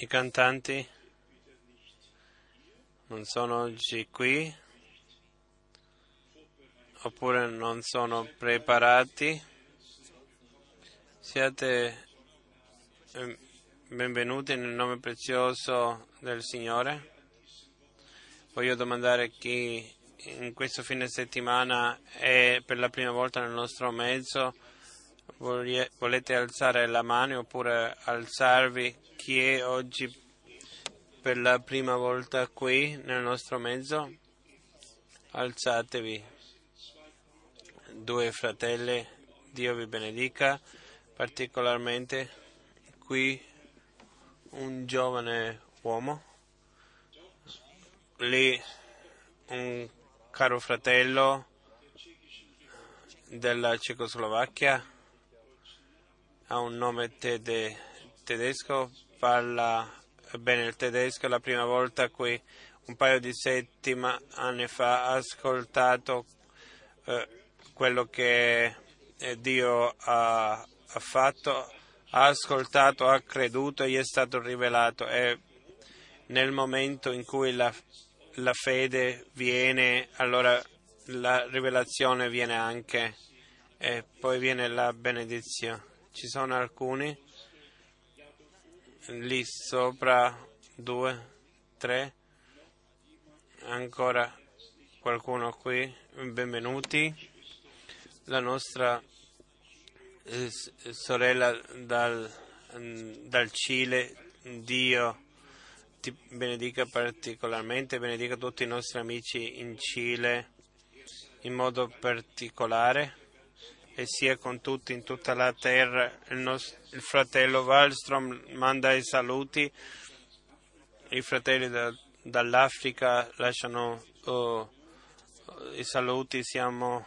I cantanti non sono oggi qui, oppure non sono preparati. Siate benvenuti nel nome prezioso del Signore. Voglio domandare chi in questo fine settimana è per la prima volta nel nostro mezzo. Volete alzare la mano oppure alzarvi? Chi è oggi per la prima volta qui nel nostro mezzo? Alzatevi. 2 fratelli, Dio vi benedica, particolarmente qui un giovane uomo, lì un caro fratello della Cecoslovacchia, ha un nome tedesco, parla bene il tedesco, è la prima volta qui, un paio di settimane fa ha ascoltato quello che Dio ha fatto, ha ascoltato, ha creduto, gli è stato rivelato, e nel momento in cui la fede viene, allora la rivelazione viene anche, e poi viene la benedizione. Ci sono alcuni lì sopra, 2, 3, ancora qualcuno qui, benvenuti. La nostra sorella dal Cile, Dio ti benedica particolarmente, benedica tutti i nostri amici in Cile in modo particolare, e sia con tutti in tutta la terra. Il fratello Wallström manda i saluti, i fratelli dall'Africa lasciano i saluti, siamo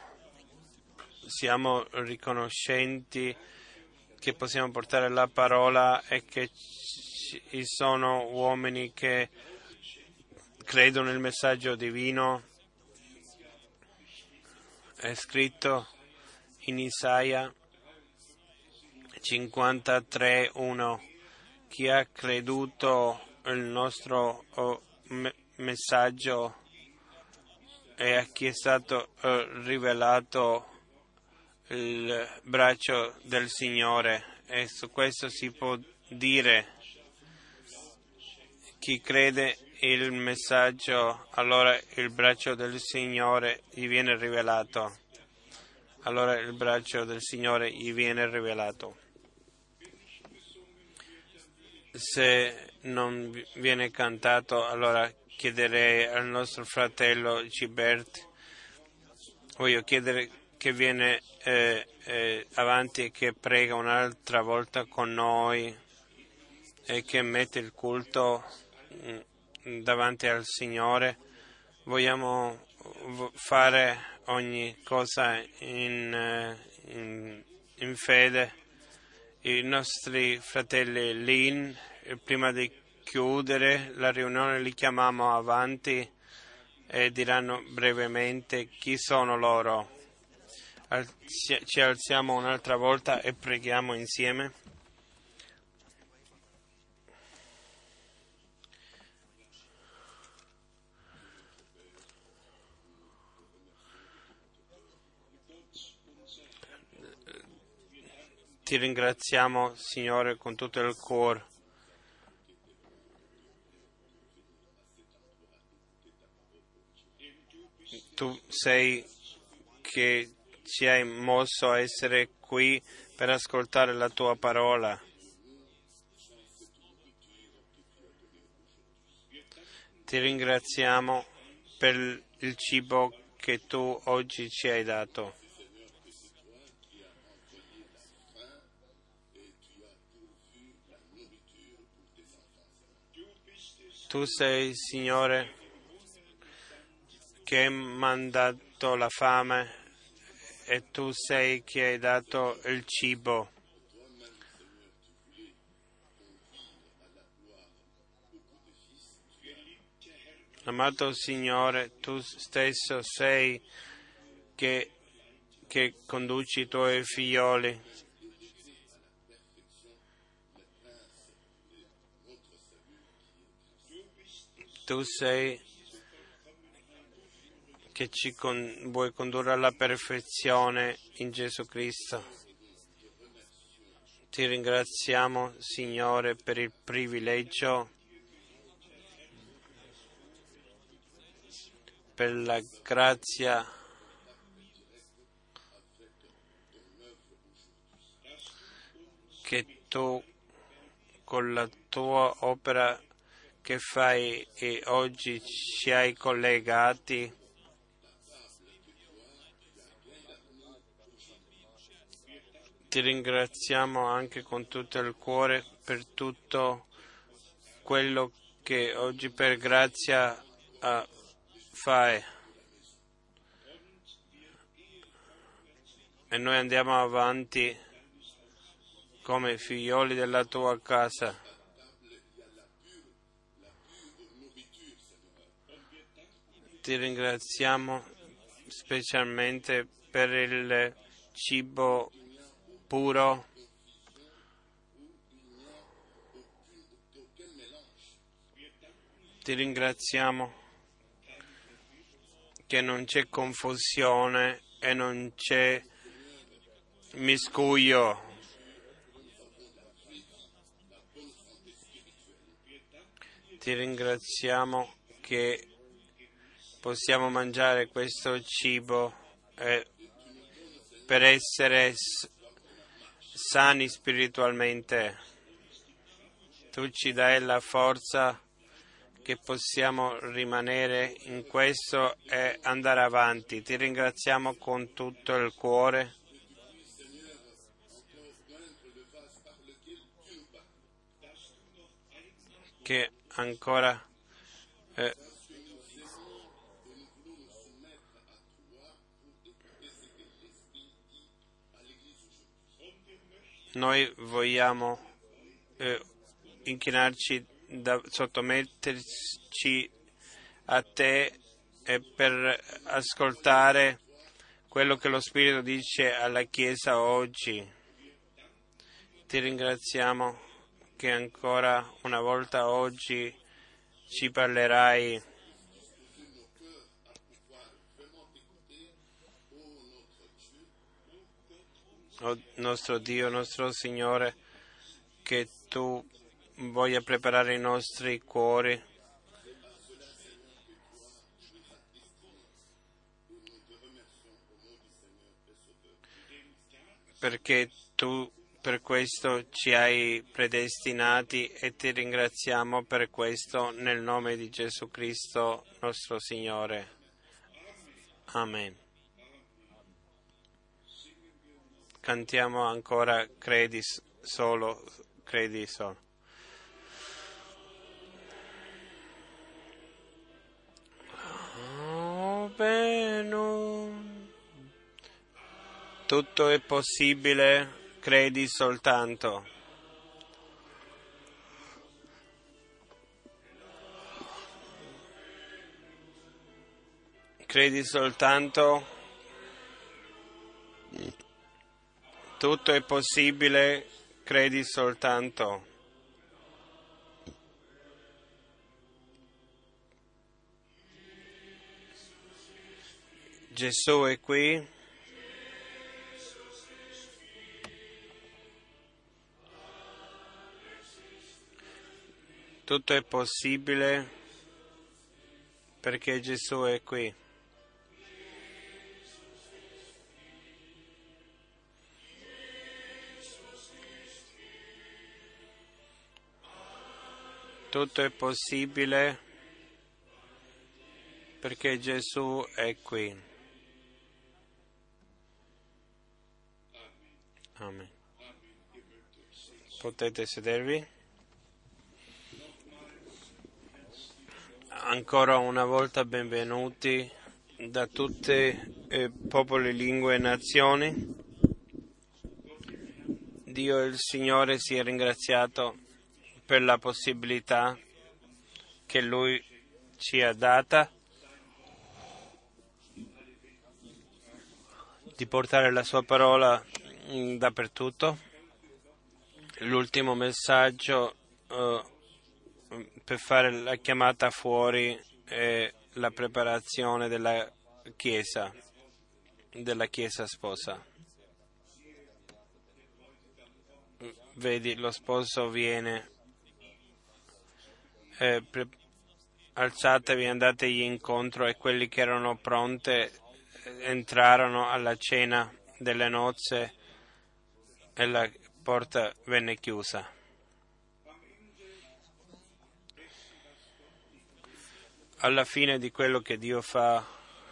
riconoscenti che possiamo portare la parola e che ci sono uomini che credono nel messaggio divino. È scritto in Isaia 53:1: chi ha creduto il nostro messaggio e a chi è stato rivelato il braccio del Signore. E su questo si può dire: chi crede il messaggio, allora il braccio del Signore gli viene rivelato. Allora il braccio del Signore gli viene rivelato. Se non viene cantato, allora chiederei al nostro fratello Gilbert, voglio chiedere che viene avanti e che prega un'altra volta con noi e che mette il culto davanti al Signore. Vogliamo fare ogni cosa in fede. I nostri fratelli Lin, prima di chiudere la riunione, li chiamiamo avanti e diranno brevemente chi sono loro. Ci alziamo un'altra volta e preghiamo insieme. Ti ringraziamo, Signore, con tutto il cuore. Tu sei che ci hai mosso a essere qui per ascoltare la tua parola. Ti ringraziamo per il cibo che tu oggi ci hai dato. Tu sei, Signore, che hai mandato la fame, e tu sei che hai dato il cibo. Amato Signore, tu stesso sei che conduci i tuoi figlioli Tu sei che vuoi condurre alla perfezione in Gesù Cristo. Ti ringraziamo, Signore, per il privilegio, per la grazia che tu con la tua opera che fai e oggi ci hai collegati. Ti ringraziamo anche con tutto il cuore per tutto quello che oggi per grazia fai. E noi andiamo avanti come figlioli della tua casa. Ti ringraziamo specialmente per il cibo puro, ti ringraziamo che non c'è confusione e non c'è miscuglio. Ti ringraziamo che possiamo mangiare questo cibo per essere sani spiritualmente. Tu ci dai la forza che possiamo rimanere in questo e andare avanti. Ti ringraziamo con tutto il cuore. Che ancora noi vogliamo inchinarci, sottometterci a te per ascoltare quello che lo Spirito dice alla Chiesa oggi. Ti ringraziamo che ancora una volta oggi ci parlerai. Oh, nostro Dio, nostro Signore, che tu voglia preparare i nostri cuori perché tu per questo ci hai predestinati e ti ringraziamo per questo nel nome di Gesù Cristo nostro Signore. Amen. Cantiamo ancora credi solo. Oh, tutto è possibile, credi soltanto. Credi soltanto. Tutto è possibile, credi soltanto. Gesù è qui. Tutto è possibile perché Gesù è qui. Tutto è possibile perché Gesù è qui. Amen. Potete sedervi? Ancora una volta benvenuti da tutte popoli, lingue e nazioni. Dio il Signore sia ringraziato per la possibilità che Lui ci ha data di portare la Sua parola dappertutto. L'ultimo messaggio per fare la chiamata fuori e la preparazione della Chiesa sposa. Vedi, lo sposo viene, alzatevi, andategli incontro, e quelli che erano pronte entrarono alla cena delle nozze e la porta venne chiusa. Alla fine di quello che Dio fa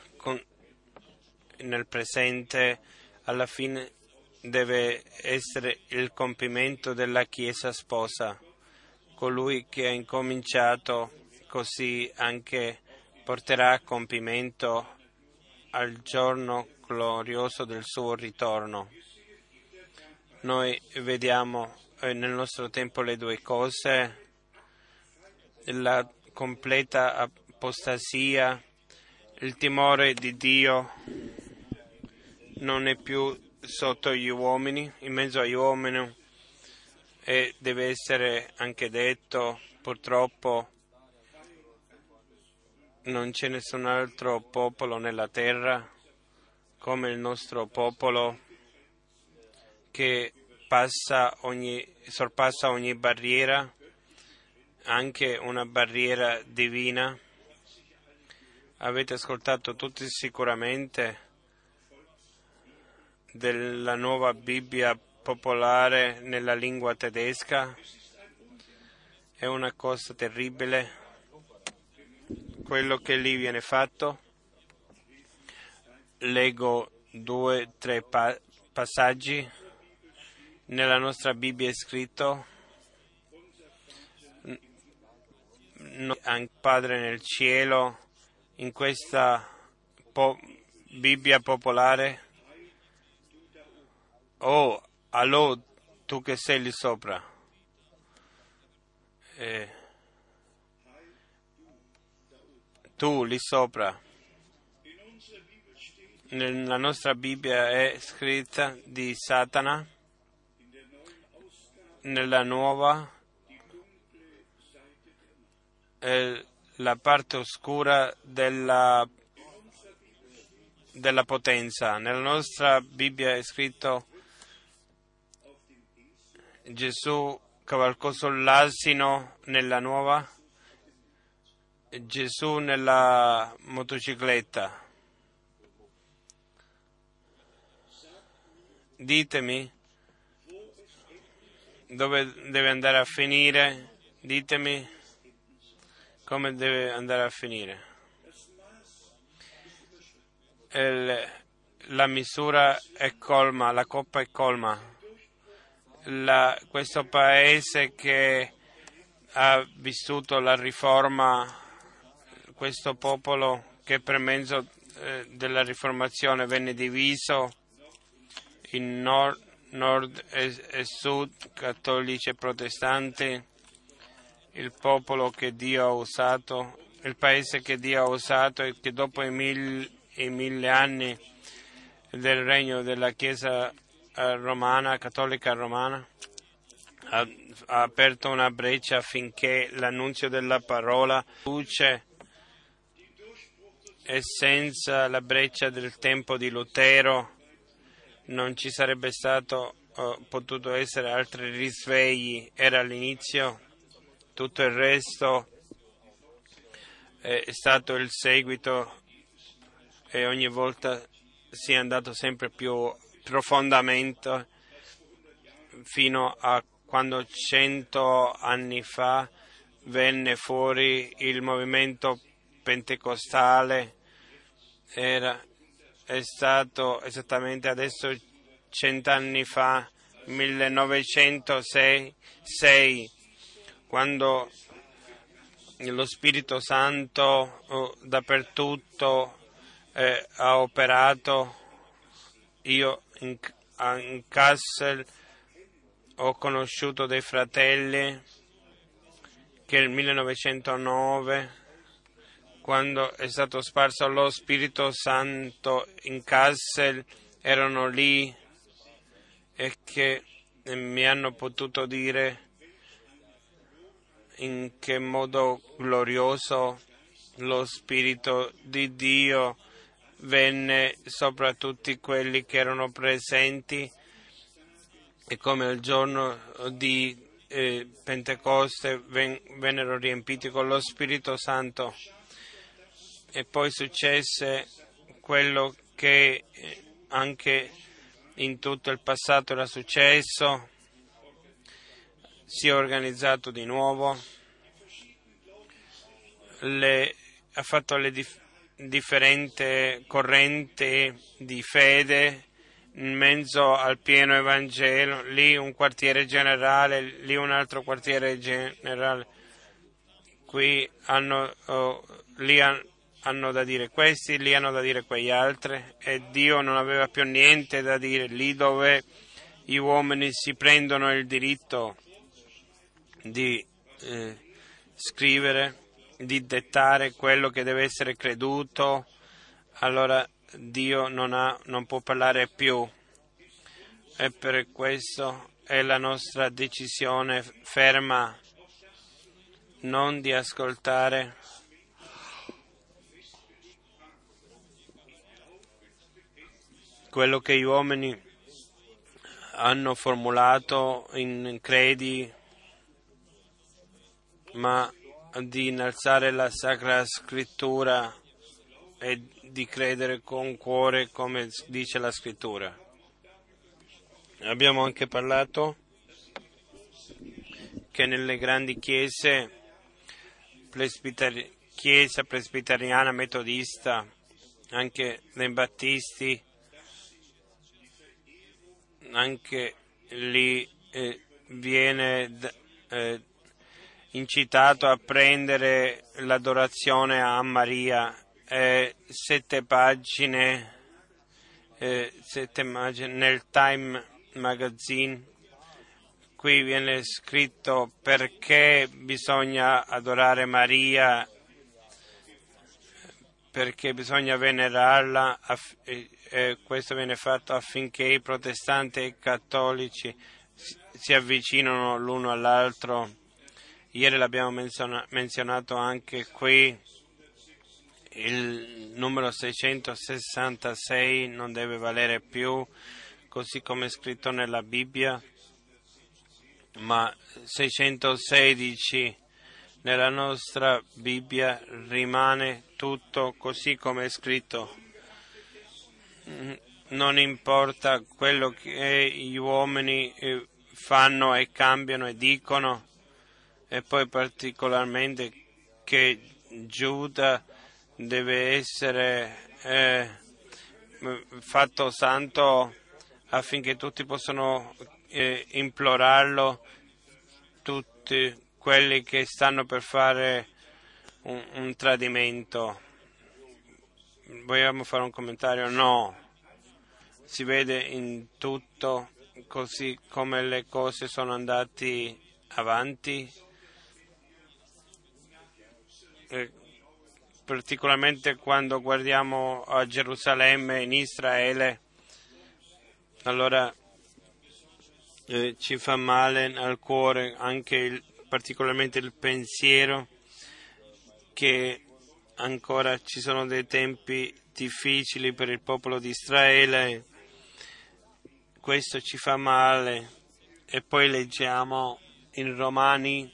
nel presente, alla fine deve essere il compimento della Chiesa sposa. Colui che ha incominciato così anche porterà a compimento al giorno glorioso del suo ritorno. Noi vediamo nel nostro tempo le due cose: la completa apostasia, il timore di Dio non è più sotto gli uomini, in mezzo agli uomini, e deve essere anche detto, purtroppo non c'è nessun altro popolo nella terra come il nostro popolo, che sorpassa ogni barriera, anche una barriera divina. Avete ascoltato tutti sicuramente della nuova Bibbia popolare nella lingua tedesca. È una cosa terribile quello che lì viene fatto. Leggo 2 o 3 passaggi. Nella nostra Bibbia è scritto: anche Padre nel cielo, in questa Bibbia popolare. Oh, allò, tu che sei lì sopra. Tu lì sopra. Nella nostra Bibbia è scritta di Satana, nella nuova la parte oscura della potenza. Nella nostra Bibbia è scritto: Gesù cavalcò sull'asino nella nuova, Gesù nella motocicletta. Ditemi dove deve andare a finire, ditemi come deve andare a finire. La misura è colma, la coppa è colma. Questo paese che ha vissuto la riforma, questo popolo che per mezzo della riformazione venne diviso in nord e sud, cattolici e protestanti, il popolo che Dio ha usato, il paese che Dio ha usato, e che dopo i mille anni del regno della Chiesa romana, cattolica romana, ha aperto una breccia affinché l'annunzio della parola luce, e senza la breccia del tempo di Lutero non ci sarebbe potuto essere altri risvegli. Era l'inizio, tutto il resto è stato il seguito, e ogni volta si è andato sempre più profondamente, fino a quando 100 anni fa venne fuori il movimento pentecostale. È stato esattamente adesso 100 anni fa, 1906, quando lo Spirito Santo dappertutto ha operato. Io in Kassel ho conosciuto dei fratelli che nel 1909, quando è stato sparso lo Spirito Santo in Kassel, erano lì e che mi hanno potuto dire: in che modo glorioso lo Spirito di Dio venne sopra tutti quelli che erano presenti, e come al giorno di Pentecoste vennero riempiti con lo Spirito Santo. E poi successe quello che anche in tutto il passato era successo: si è organizzato di nuovo, ha fatto le differenti correnti di fede in mezzo al pieno Evangelo, lì un quartiere generale, lì un altro quartiere generale, qui hanno da dire questi, lì hanno da dire quegli altri, e Dio non aveva più niente da dire. Lì dove gli uomini si prendono il diritto di scrivere, di dettare quello che deve essere creduto, allora Dio non può parlare più. E per questo è la nostra decisione ferma non di ascoltare quello che gli uomini hanno formulato in credi, ma di innalzare la Sacra Scrittura e di credere con cuore come dice la Scrittura. Abbiamo anche parlato che nelle grandi chiese, chiesa presbiteriana, metodista, anche dei battisti, anche lì viene incitato a prendere l'adorazione a Maria. 7 pagine nel Time Magazine. Qui viene scritto perché bisogna adorare Maria, perché bisogna venerarla, questo viene fatto affinché i protestanti e i cattolici si avvicinano l'uno all'altro. Ieri l'abbiamo menzionato anche qui, il numero 666 non deve valere più così come è scritto nella Bibbia, ma 616 nella nostra Bibbia rimane tutto così come è scritto. Non importa quello che gli uomini fanno e cambiano e dicono, e poi particolarmente che Giuda deve essere fatto santo affinché tutti possano implorarlo, tutti quelli che stanno per fare un tradimento. Vogliamo fare un commentario? No, si vede in tutto così come le cose sono andate avanti, particolarmente quando guardiamo a Gerusalemme, in Israele, allora ci fa male al cuore anche particolarmente il pensiero che ancora ci sono dei tempi difficili per il popolo di Israele. Questo ci fa male. E poi leggiamo in Romani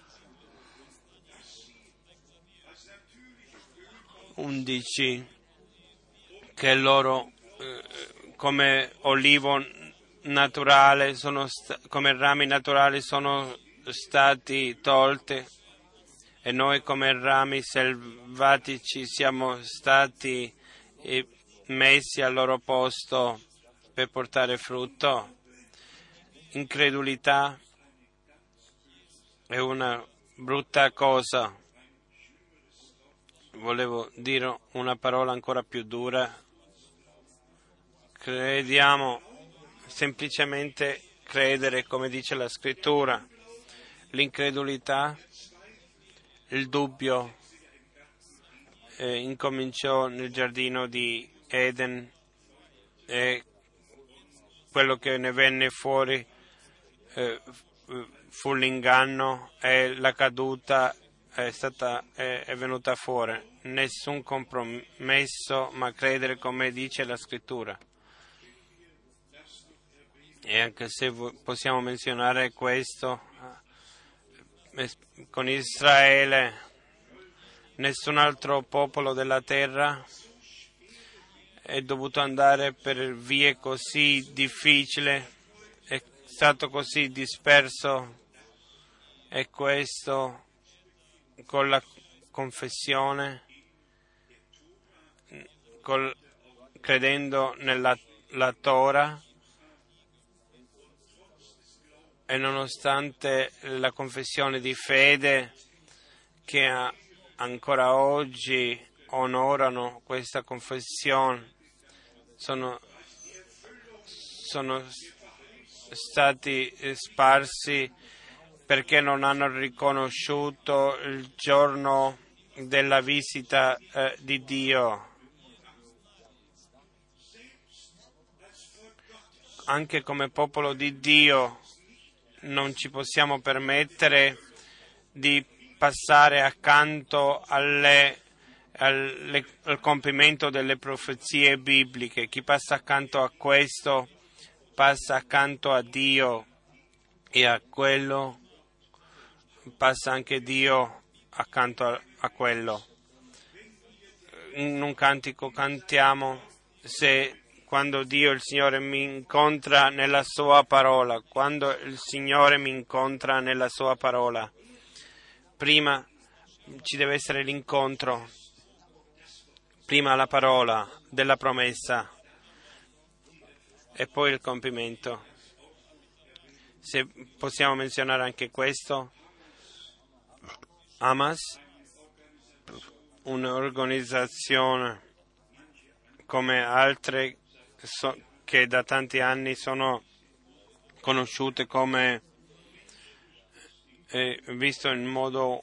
11 che loro come olivo naturale come rami naturali sono stati tolti, e noi come rami selvatici siamo stati messi al loro posto per portare frutto. Incredulità è una brutta cosa. Volevo dire una parola ancora più dura. Crediamo, semplicemente credere come dice la Scrittura. L'incredulità, il dubbio incominciò nel giardino di Eden, e quello che ne venne fuori fu l'inganno e la caduta è venuta fuori. Nessun compromesso, ma credere come dice la scrittura. E anche se possiamo menzionare questo, con Israele, nessun altro popolo della terra è dovuto andare per vie così difficili, è stato così disperso, e questo con la confessione, credendo nella Torah, e nonostante la confessione di fede che ancora oggi onorano questa confessione, sono stati sparsi perché non hanno riconosciuto il giorno della visita di Dio. Anche come popolo di Dio non ci possiamo permettere di passare accanto al compimento delle profezie bibliche. Chi passa accanto a questo passa accanto a Dio, e a quello passa anche Dio accanto a quello. In un cantico cantiamo: se quando Dio, il Signore, mi incontra nella Sua parola, quando il Signore mi incontra nella Sua parola. Prima ci deve essere l'incontro, prima la parola della promessa e poi il compimento. Se possiamo menzionare anche questo, Hamas, un'organizzazione come altre che da tanti anni sono conosciute come, visto in modo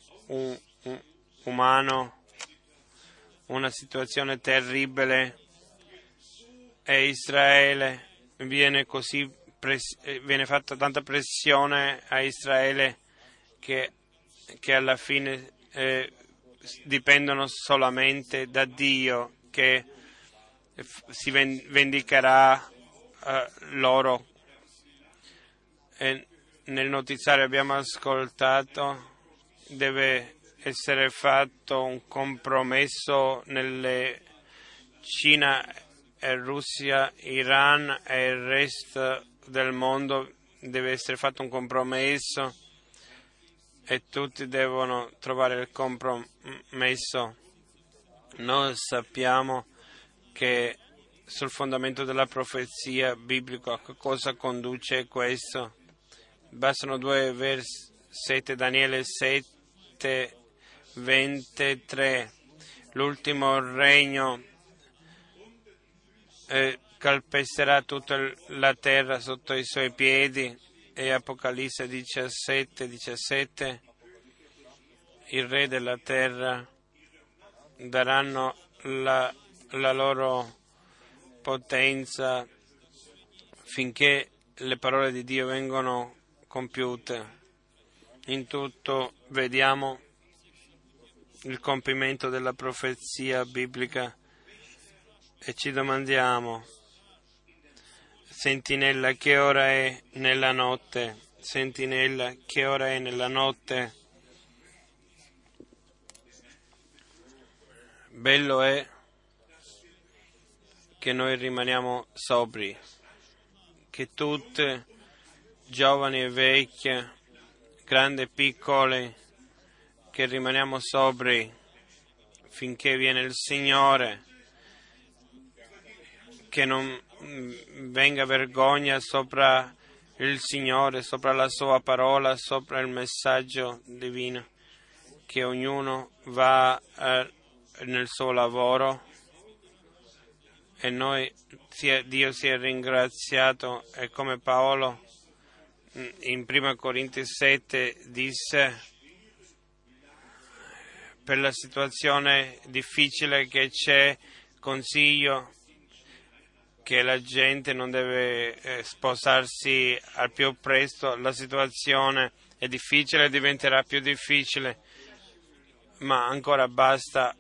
umano, una situazione terribile, e Israele viene fatta tanta pressione a Israele che alla fine dipendono solamente da Dio, che si vendicherà loro. E nel notiziario abbiamo ascoltato, deve essere fatto un compromesso nelle Cina e Russia, Iran e il resto del mondo, deve essere fatto un compromesso e tutti devono trovare il compromesso. Noi sappiamo che sul fondamento della profezia biblica a cosa conduce questo? Bastano 2 versetti, Daniele 7, 23. L'ultimo regno calpesterà tutta la terra sotto i suoi piedi, e Apocalisse 17, 17. Il re della terra daranno la loro potenza finché le parole di Dio vengono compiute. In tutto vediamo il compimento della profezia biblica e ci domandiamo: sentinella, che ora è nella notte? Sentinella, che ora è nella notte? Bello è che noi rimaniamo sobri, che tutte, giovani e vecchie, grandi e piccoli, che rimaniamo sobri finché viene il Signore, che non venga vergogna sopra il Signore, sopra la Sua parola, sopra il messaggio divino, che ognuno va nel suo lavoro, e Dio sia ringraziato. E come Paolo in 1 Corinzi 7 disse, per la situazione difficile che c'è, consiglio che la gente non deve sposarsi al più presto. La situazione è difficile e diventerà più difficile, ma ancora basta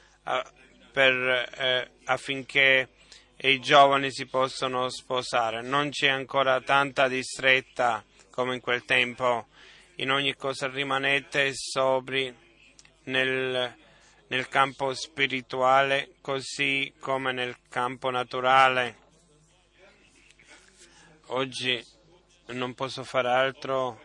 affinché i giovani si possano sposare. Non c'è ancora tanta distretta come in quel tempo. In ogni cosa rimanete sobri nel campo spirituale così come nel campo naturale. Oggi non posso fare altro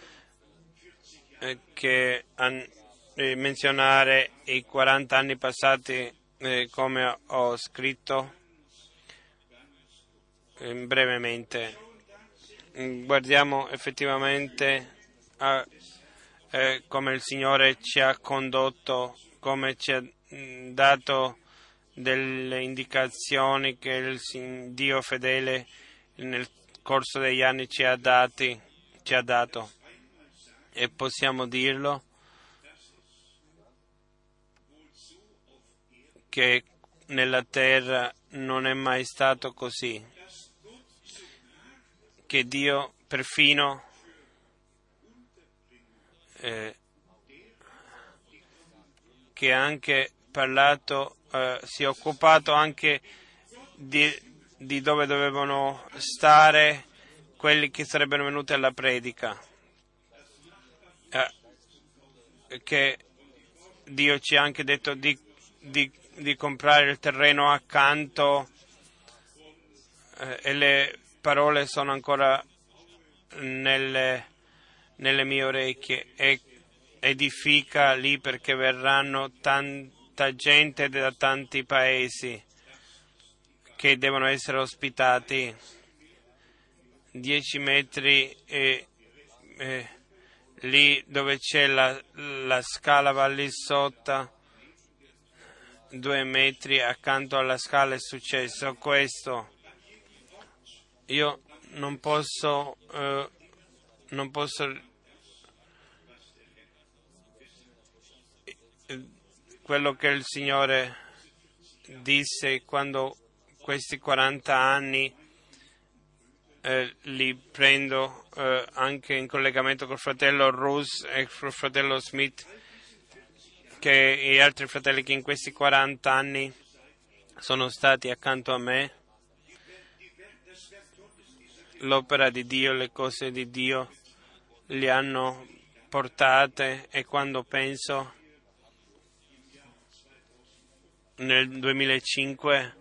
che menzionare i 40 anni passati come ho scritto brevemente. Guardiamo effettivamente come il Signore ci ha condotto, come ci ha dato delle indicazioni che il Dio fedele nel corso degli anni ci ha dato. E possiamo dirlo che nella terra non è mai stato così, che Dio perfino che ha anche parlato, si è occupato anche di dove dovevano stare quelli che sarebbero venuti alla predica, che Dio ci ha anche detto di comprare il terreno accanto, e le parole sono ancora nelle mie orecchie, e edifica lì perché verranno tanta gente da tanti paesi che devono essere ospitati. 10 metri lì dove c'è la scala va lì sotto, 2 metri accanto alla scala è successo questo. Io non posso quello che il Signore disse quando questi 40 anni li prendo anche in collegamento col fratello Rus e col fratello Smith, che gli altri fratelli che in questi 40 anni sono stati accanto a me. L'opera di Dio, le cose di Dio li hanno portate, e quando penso nel 2005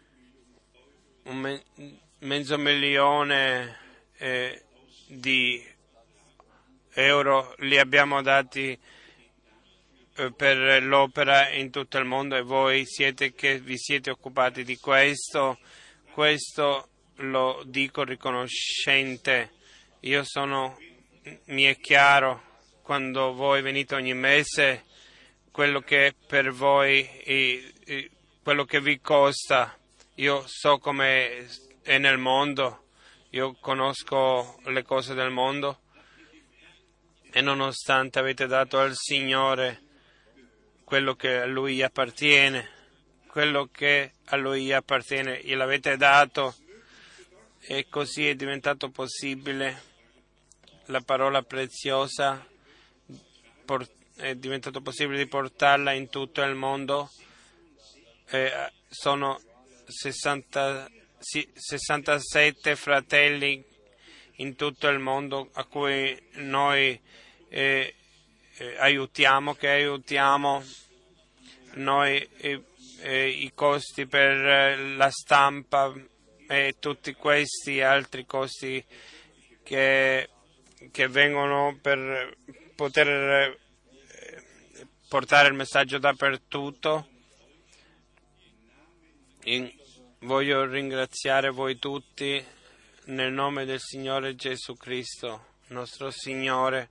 mezzo milione di euro li abbiamo dati per l'opera in tutto il mondo, e voi vi siete occupati di questo lo dico riconoscente. Mi è chiaro quando voi venite ogni mese quello che per voi quello che vi costa. Io so come è nel mondo, io conosco le cose del mondo, e nonostante avete dato al Signore quello che a Lui appartiene, gliel'avete dato, e così è diventato possibile la parola preziosa, è diventato possibile di portarla in tutto il mondo. Sono 67 fratelli in tutto il mondo a cui noi aiutiamo noi i costi per la stampa e tutti questi altri costi che vengono per poter portare il messaggio dappertutto. Voglio ringraziare voi tutti nel nome del Signore Gesù Cristo, nostro Signore.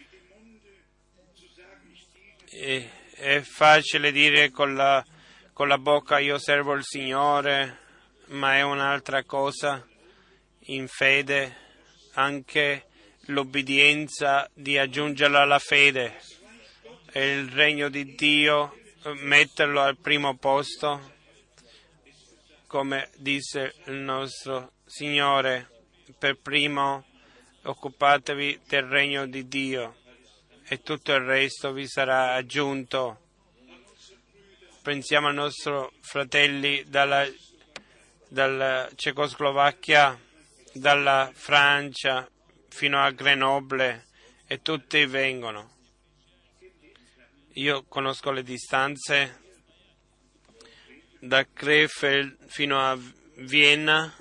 È facile dire con la bocca io servo il Signore, ma è un'altra cosa in fede anche l'obbedienza di aggiungerla alla fede, e il regno di Dio metterlo al primo posto, come disse il nostro Signore, per primo occupatevi del regno di Dio e tutto il resto vi sarà aggiunto. Pensiamo ai nostri fratelli dalla Cecoslovacchia, dalla Francia fino a Grenoble, e tutti vengono. Io conosco le distanze da Krefeld fino a Vienna.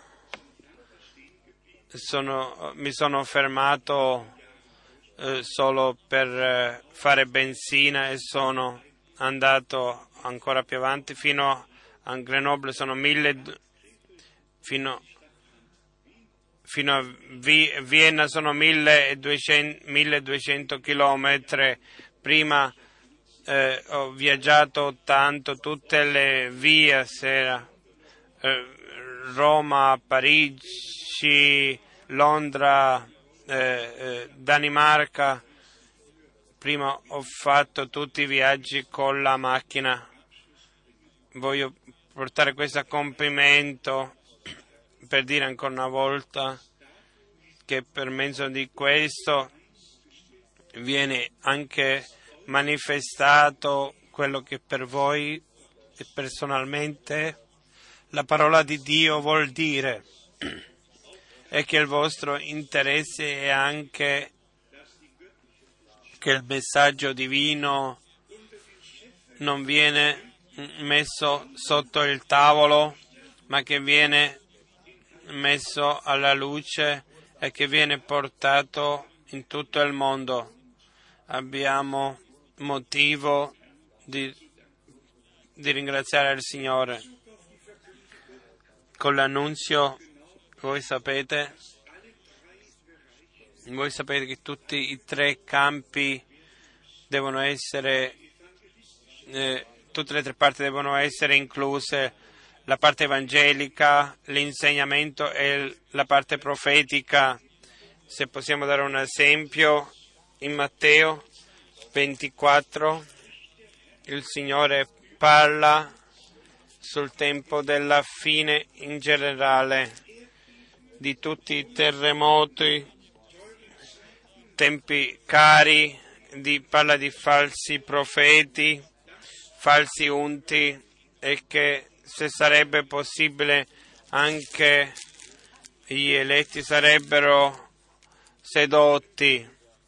Mi sono fermato solo per fare benzina e sono andato ancora più avanti fino a Grenoble. Sono fino a Vienna sono 1200 chilometri. Prima ho viaggiato tanto, tutte le vie, Roma, Parigi, Londra, Danimarca. Prima ho fatto tutti i viaggi con la macchina. Voglio portare questo a compimento per dire ancora una volta che per mezzo di questo viene anche manifestato quello che per voi personalmente la parola di Dio vuol dire, e che il vostro interesse è anche che il messaggio divino non viene messo sotto il tavolo, ma che viene messo alla luce e che viene portato in tutto il mondo. Abbiamo motivo di ringraziare il Signore. Con l'annunzio, voi sapete che tutti i 3 campi devono essere, tutte le 3 parti devono essere incluse: la parte evangelica, l'insegnamento e la parte profetica. Se possiamo dare un esempio, in Matteo 24 il Signore parla sul tempo della fine in generale, di tutti i terremoti, tempi cari, parla di falsi profeti, falsi unti, e che se sarebbe possibile anche gli eletti sarebbero sedotti,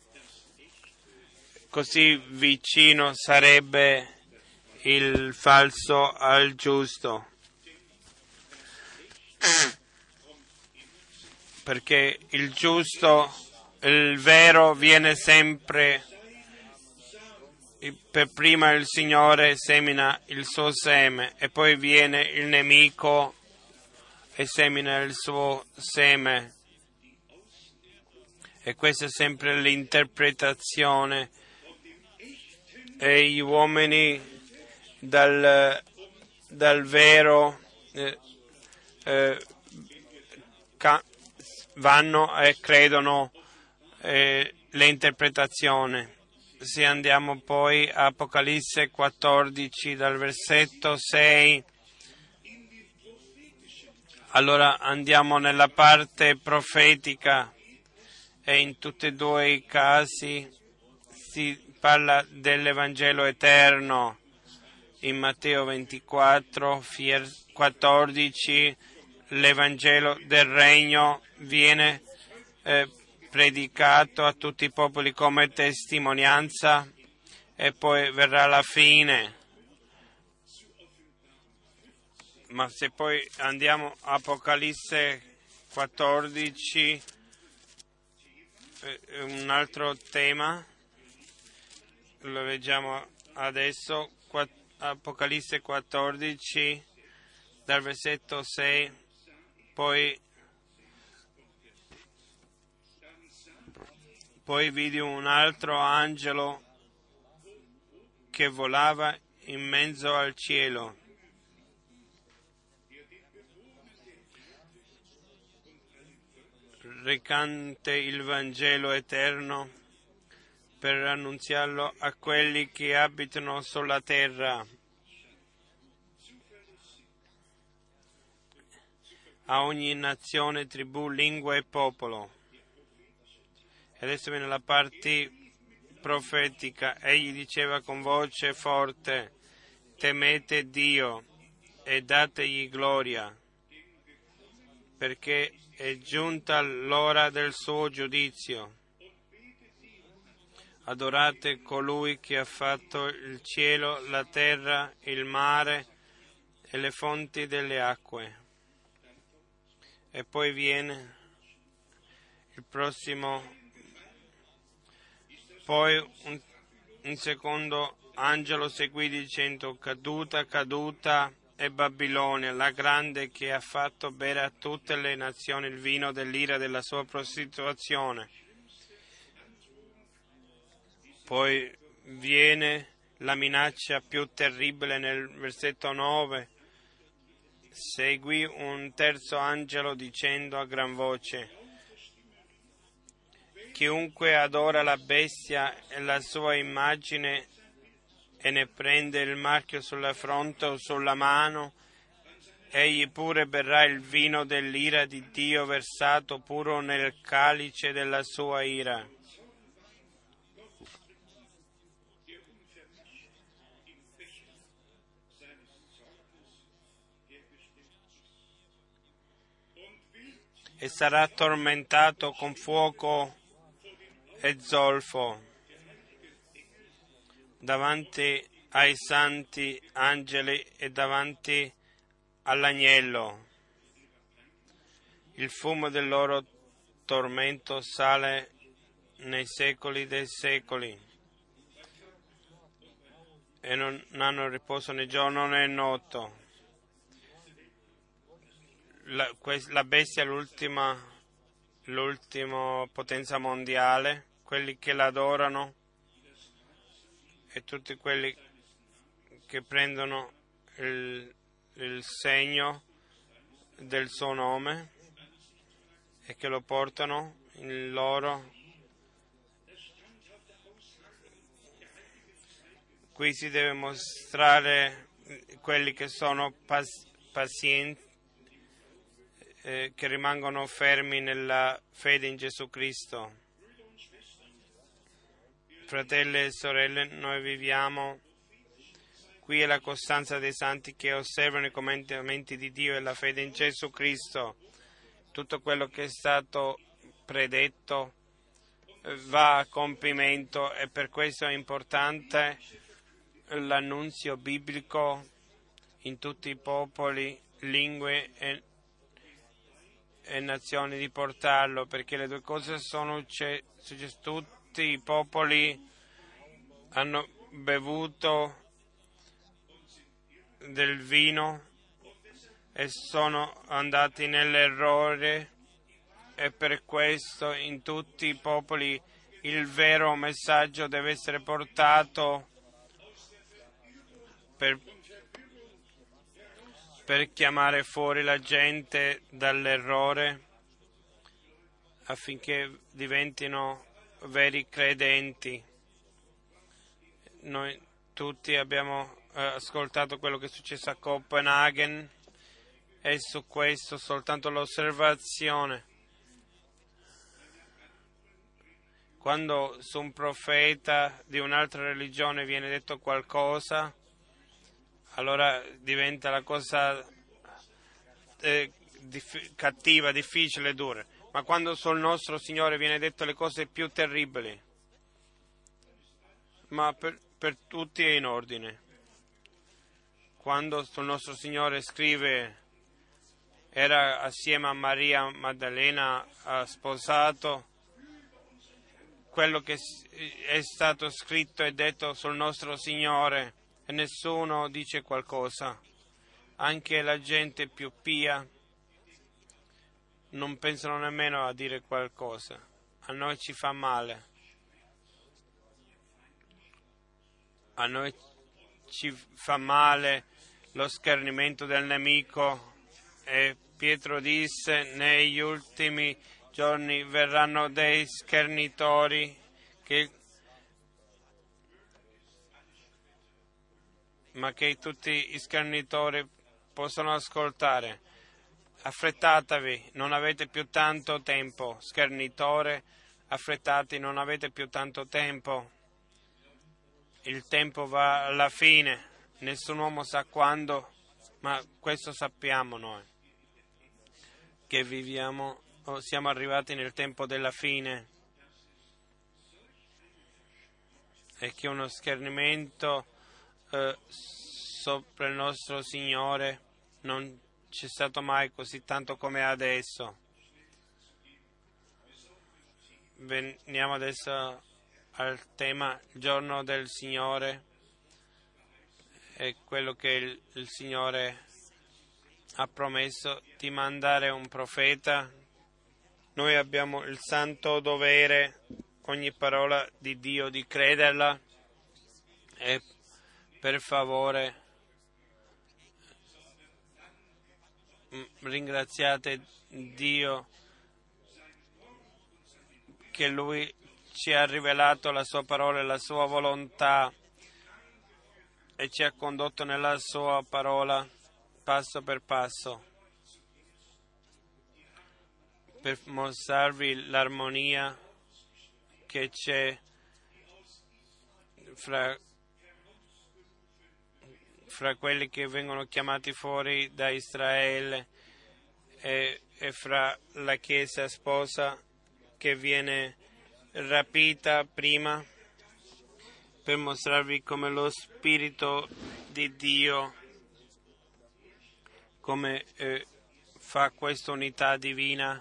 così vicino sarebbe il falso al giusto, perché il giusto, il vero viene sempre. Per prima il Signore semina il suo seme e poi viene il nemico e semina il suo seme. E questa è sempre l'interpretazione. E gli uomini dal vero vanno e credono le interpretazioni. Se andiamo poi a Apocalisse 14 dal versetto 6, allora andiamo nella parte profetica, e in tutti e 2 i casi si parla dell'Evangelo eterno. In Matteo 24, 14, l'Evangelo del Regno viene predicato a tutti i popoli come testimonianza, e poi verrà la fine. Ma se poi andiamo a Apocalisse 14, un altro tema, lo leggiamo adesso, Apocalisse 14 dal versetto 6, poi vidi un altro angelo che volava in mezzo al cielo, recante il Vangelo eterno per annunziarlo a quelli che abitano sulla terra, a ogni nazione, tribù, lingua e popolo. adesso viene la parte profetica. Egli diceva con voce forte: temete Dio e dategli gloria, perché è giunta l'ora del suo giudizio. Adorate colui che ha fatto il cielo, la terra, il mare e le fonti delle acque. E poi viene il prossimo. Poi un secondo angelo seguì dicendo: caduta, caduta è Babilonia, la grande, che ha fatto bere a tutte le nazioni il vino dell'ira della sua prostituzione. Poi viene la minaccia più terribile nel versetto 9. Seguì un terzo angelo dicendo a gran voce: chiunque adora la bestia e la sua immagine e ne prende il marchio sulla fronte o sulla mano, egli pure berrà il vino dell'ira di Dio versato puro nel calice della sua ira. E sarà tormentato con fuoco e zolfo davanti ai santi angeli e davanti all'agnello. Il fumo del loro tormento sale nei secoli dei secoli e non hanno riposo né giorno né notte. La bestia è l'ultima potenza mondiale, quelli che l'adorano e tutti quelli che prendono il segno del suo nome e che lo portano in loro. Qui si deve mostrare quelli che sono pazienti, che rimangono fermi nella fede in Gesù Cristo. Fratelli e sorelle, noi viviamo. Qui è la costanza dei santi che osservano i comandamenti di Dio e la fede in Gesù Cristo. Tutto quello che è stato predetto va a compimento e per questo è importante l'annunzio biblico in tutti i popoli, lingue e nazioni, di portarlo, perché le due cose sono successe. Tutti i popoli hanno bevuto del vino e sono andati nell'errore, e per questo in tutti i popoli il vero messaggio deve essere portato per chiamare fuori la gente dall'errore affinché diventino veri credenti. Noi tutti abbiamo ascoltato quello che è successo a Copenaghen e su questo soltanto l'osservazione. Quando su un profeta di un'altra religione viene detto qualcosa, allora diventa la cosa cattiva, difficile, dura. Ma quando sul nostro Signore viene detto le cose più terribili, ma per tutti è in ordine. Quando sul nostro Signore scrive: era assieme a Maria Maddalena sposato, quello che è stato scritto e detto sul nostro Signore, e nessuno dice qualcosa. Anche la gente più pia non pensano nemmeno a dire qualcosa. A noi ci fa male. A noi ci fa male lo schernimento del nemico, e Pietro disse: negli ultimi giorni verranno dei schernitori ma che tutti gli schernitori possono ascoltare. Affrettatevi, non avete più tanto tempo. Schernitore affrettati, non avete più tanto tempo, il tempo va alla fine, nessun uomo sa quando, ma questo sappiamo noi, che viviamo, siamo arrivati nel tempo della fine e che uno schernimento sopra il nostro Signore non c'è stato mai così tanto come adesso. Veniamo adesso al tema giorno del Signore e quello che il Signore ha promesso di mandare un profeta. Noi abbiamo il santo dovere, ogni parola di Dio, di crederla e per favore ringraziate Dio che Lui ci ha rivelato la sua parola e la sua volontà e ci ha condotto nella sua parola passo per passo per mostrarvi l'armonia che c'è fra quelli che vengono chiamati fuori da Israele e fra la Chiesa sposa che viene rapita prima, per mostrarvi come lo Spirito di Dio come fa questa unità divina,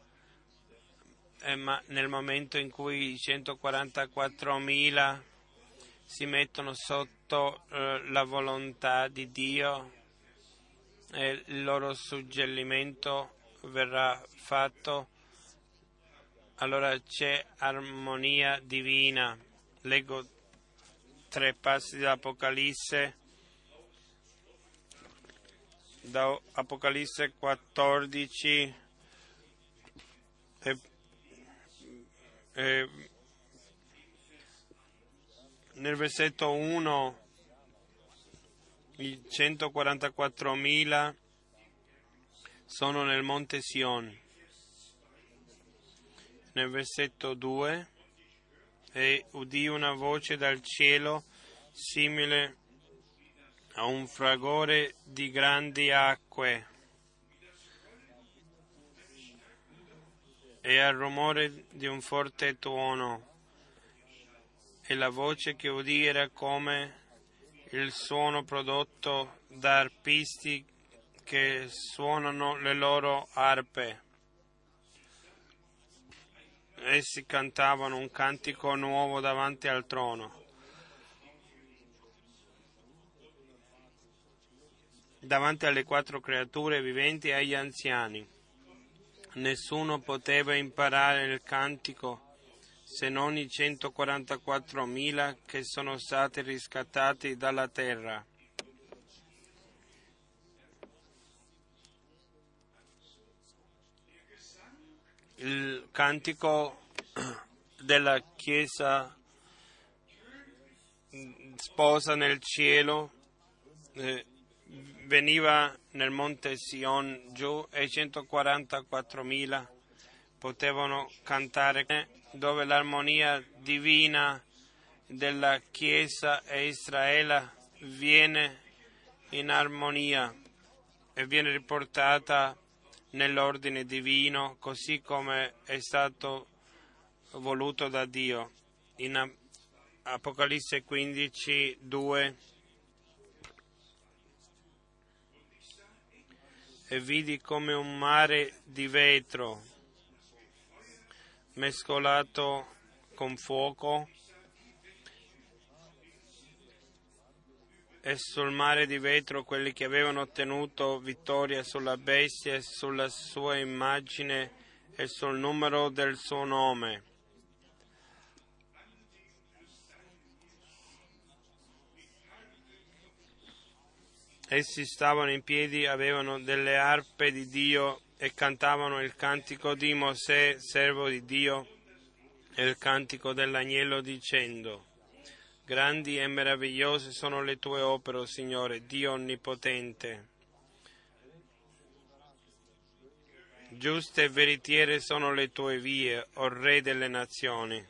ma nel momento in cui i 144.000 si mettono sotto la volontà di Dio e il loro suggerimento verrà fatto, allora c'è armonia divina. Leggo 3 passi dell'Apocalisse, da Apocalisse 14 nel versetto 1 i 144.000 sono nel monte Sion. Nel versetto 2 e udì una voce dal cielo simile a un fragore di grandi acque e al rumore di un forte tuono, e la voce che udì era come il suono prodotto da arpisti che suonano le loro arpe. Essi cantavano un cantico nuovo davanti al trono, davanti alle 4 creature viventi e agli anziani. Nessuno poteva imparare il cantico se non i 144.000 che sono stati riscattati dalla terra. Il cantico della Chiesa sposa nel cielo veniva nel monte Sion giù e 144.000 potevano cantare, dove l'armonia divina della Chiesa e Israele viene in armonia e viene riportata nell'ordine divino, così come è stato voluto da Dio. In Apocalisse 15, 2: e vidi come un mare di vetro mescolato con fuoco, e sul mare di vetro quelli che avevano ottenuto vittoria sulla bestia e sulla sua immagine e sul numero del suo nome. Essi stavano in piedi, avevano delle arpe di Dio e cantavano il cantico di Mosè, servo di Dio, e il cantico dell'agnello, dicendo: grandi e meravigliose sono le tue opere, o Signore, Dio onnipotente. Giuste e veritiere sono le tue vie, o Re delle nazioni.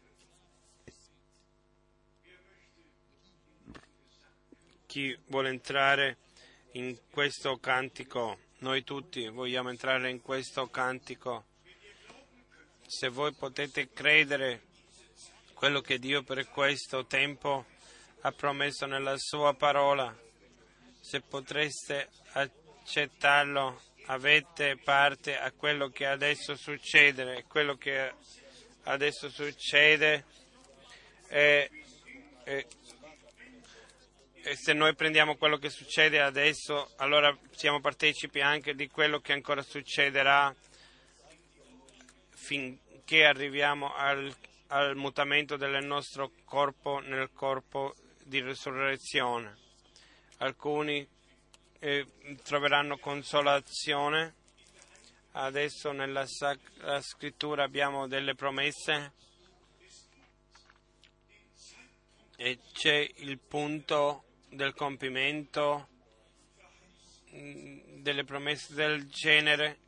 Chi vuole entrare in questo cantico? Noi tutti vogliamo entrare in questo cantico. Se voi potete credere quello che Dio per questo tempo ha promesso nella sua parola, se potreste accettarlo, avete parte a quello che adesso succede. Quello che adesso succede e se noi prendiamo quello che succede adesso, allora siamo partecipi anche di quello che ancora succederà finché arriviamo al mutamento del nostro corpo nel corpo di risurrezione. Alcuni troveranno consolazione. Adesso nella Sacra Scrittura abbiamo delle promesse e c'è il punto del compimento delle promesse del genere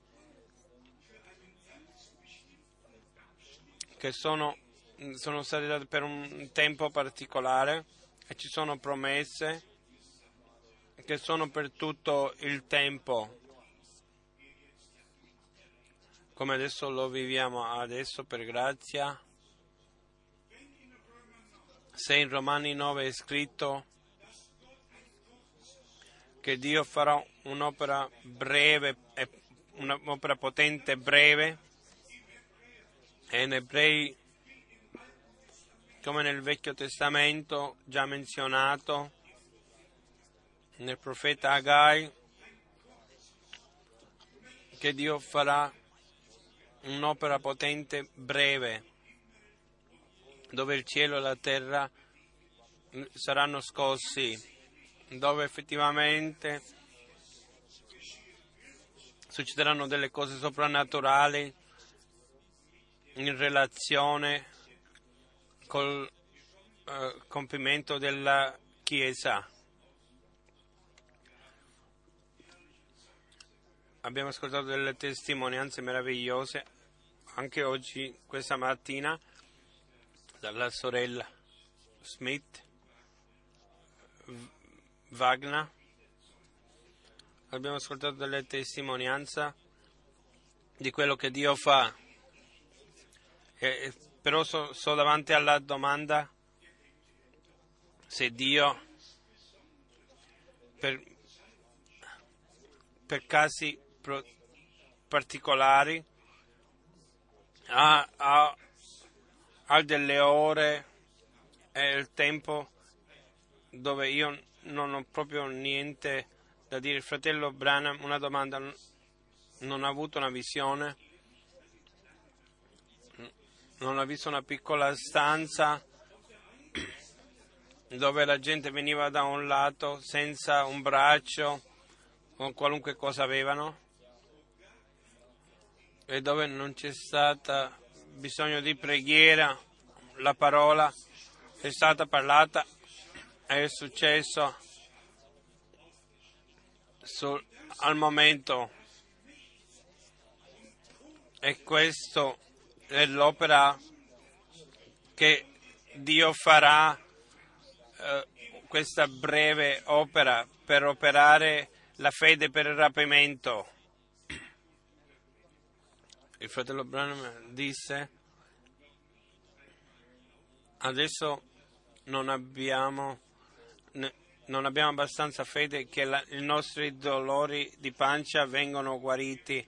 che sono state date per un tempo particolare, e ci sono promesse che sono per tutto il tempo, come adesso lo viviamo adesso per grazia. Se in Romani 9 è scritto che Dio farà un'opera breve, un'opera potente breve, e in Ebrei, come nel Vecchio Testamento già menzionato, nel profeta Agai, che Dio farà un'opera potente breve, dove il cielo e la terra saranno scossi, dove effettivamente succederanno delle cose soprannaturali in relazione col compimento della Chiesa. Abbiamo ascoltato delle testimonianze meravigliose anche oggi, questa mattina, dalla sorella Smith Wagner. Abbiamo ascoltato delle testimonianze di quello che Dio fa. Però sono davanti alla domanda se Dio per casi particolari ha delle ore e il tempo dove io non ho proprio niente da dire. Il fratello Branham, una domanda: non ha avuto una visione? Non ha visto una piccola stanza dove la gente veniva da un lato senza un braccio o qualunque cosa avevano, e dove non c'è stata bisogno di preghiera, la parola è stata parlata, è successo al momento, e questo è l'opera che Dio farà, questa breve opera per operare la fede per il rapimento. Il fratello Branham disse: adesso non abbiamo abbastanza fede che i nostri dolori di pancia vengano guariti,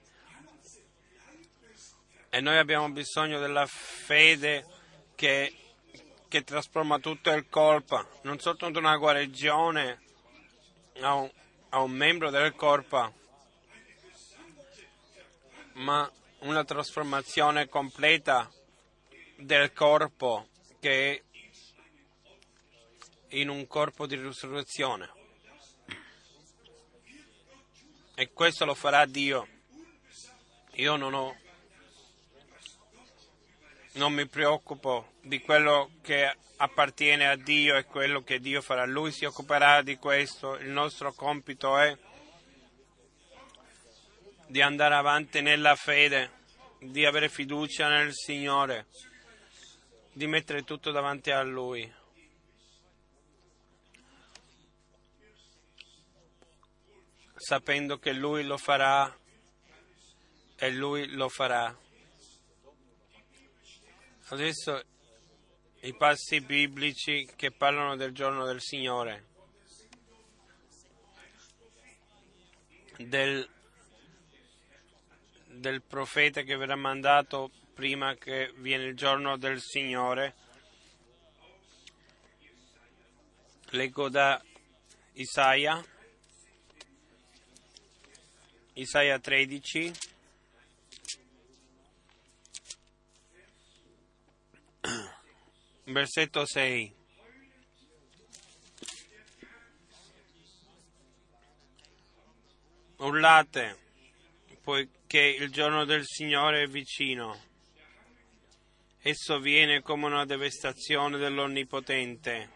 e noi abbiamo bisogno della fede che trasforma tutto il corpo, non soltanto una guarigione a un membro del corpo, ma una trasformazione completa del corpo, che è in un corpo di risurrezione. E questo lo farà Dio. Io non mi preoccupo di quello che appartiene a Dio e quello che Dio farà. Lui si occuperà di questo. Il nostro compito è di andare avanti nella fede, di avere fiducia nel Signore, di mettere tutto davanti a Lui. Sapendo che Lui lo farà e Lui lo farà. Adesso i passi biblici che parlano del giorno del Signore, del profeta che verrà mandato prima che viene il giorno del Signore. Leggo da Isaia 13, versetto 6. Urlate, poiché il giorno del Signore è vicino. Esso viene come una devastazione dell'Onnipotente.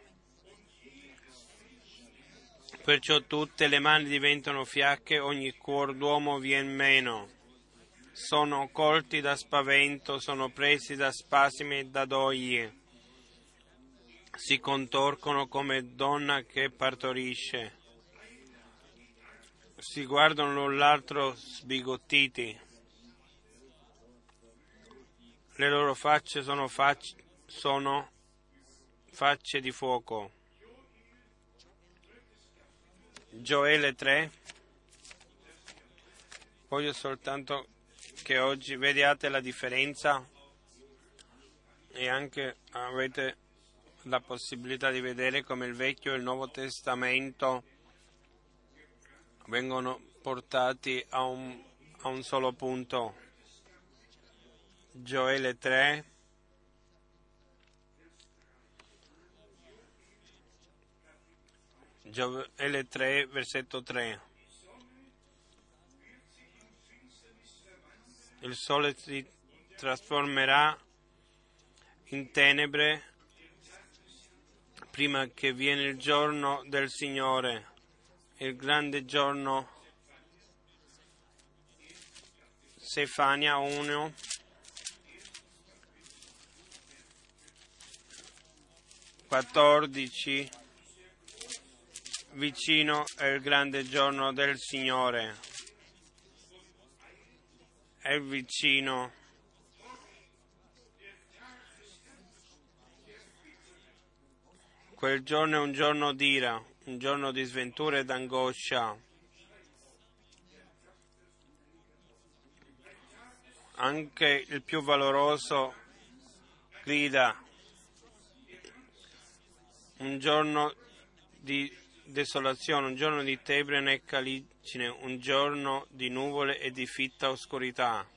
Perciò tutte le mani diventano fiacche, ogni cuor d'uomo vien meno. Sono colti da spavento, sono presi da spasimi e da doglie. Si contorcono come donna che partorisce. Si guardano l'un l'altro sbigottiti. Le loro facce sono facce di fuoco. Gioele 3. Voglio soltanto che oggi vediate la differenza e anche avete la possibilità di vedere come il Vecchio e il Nuovo Testamento vengono portati a un solo punto. Gioele 3, Gioele 3, versetto 3. Il sole si trasformerà in tenebre prima che viene il giorno del Signore, il grande giorno. Sefania 1, (14). Vicino è il grande giorno del Signore. È vicino. Quel giorno è un giorno d'ira, un giorno di sventura e d'angoscia. Anche il più valoroso grida. Un giorno di desolazione, un giorno di tenebre e caligine, un giorno di nuvole e di fitta oscurità.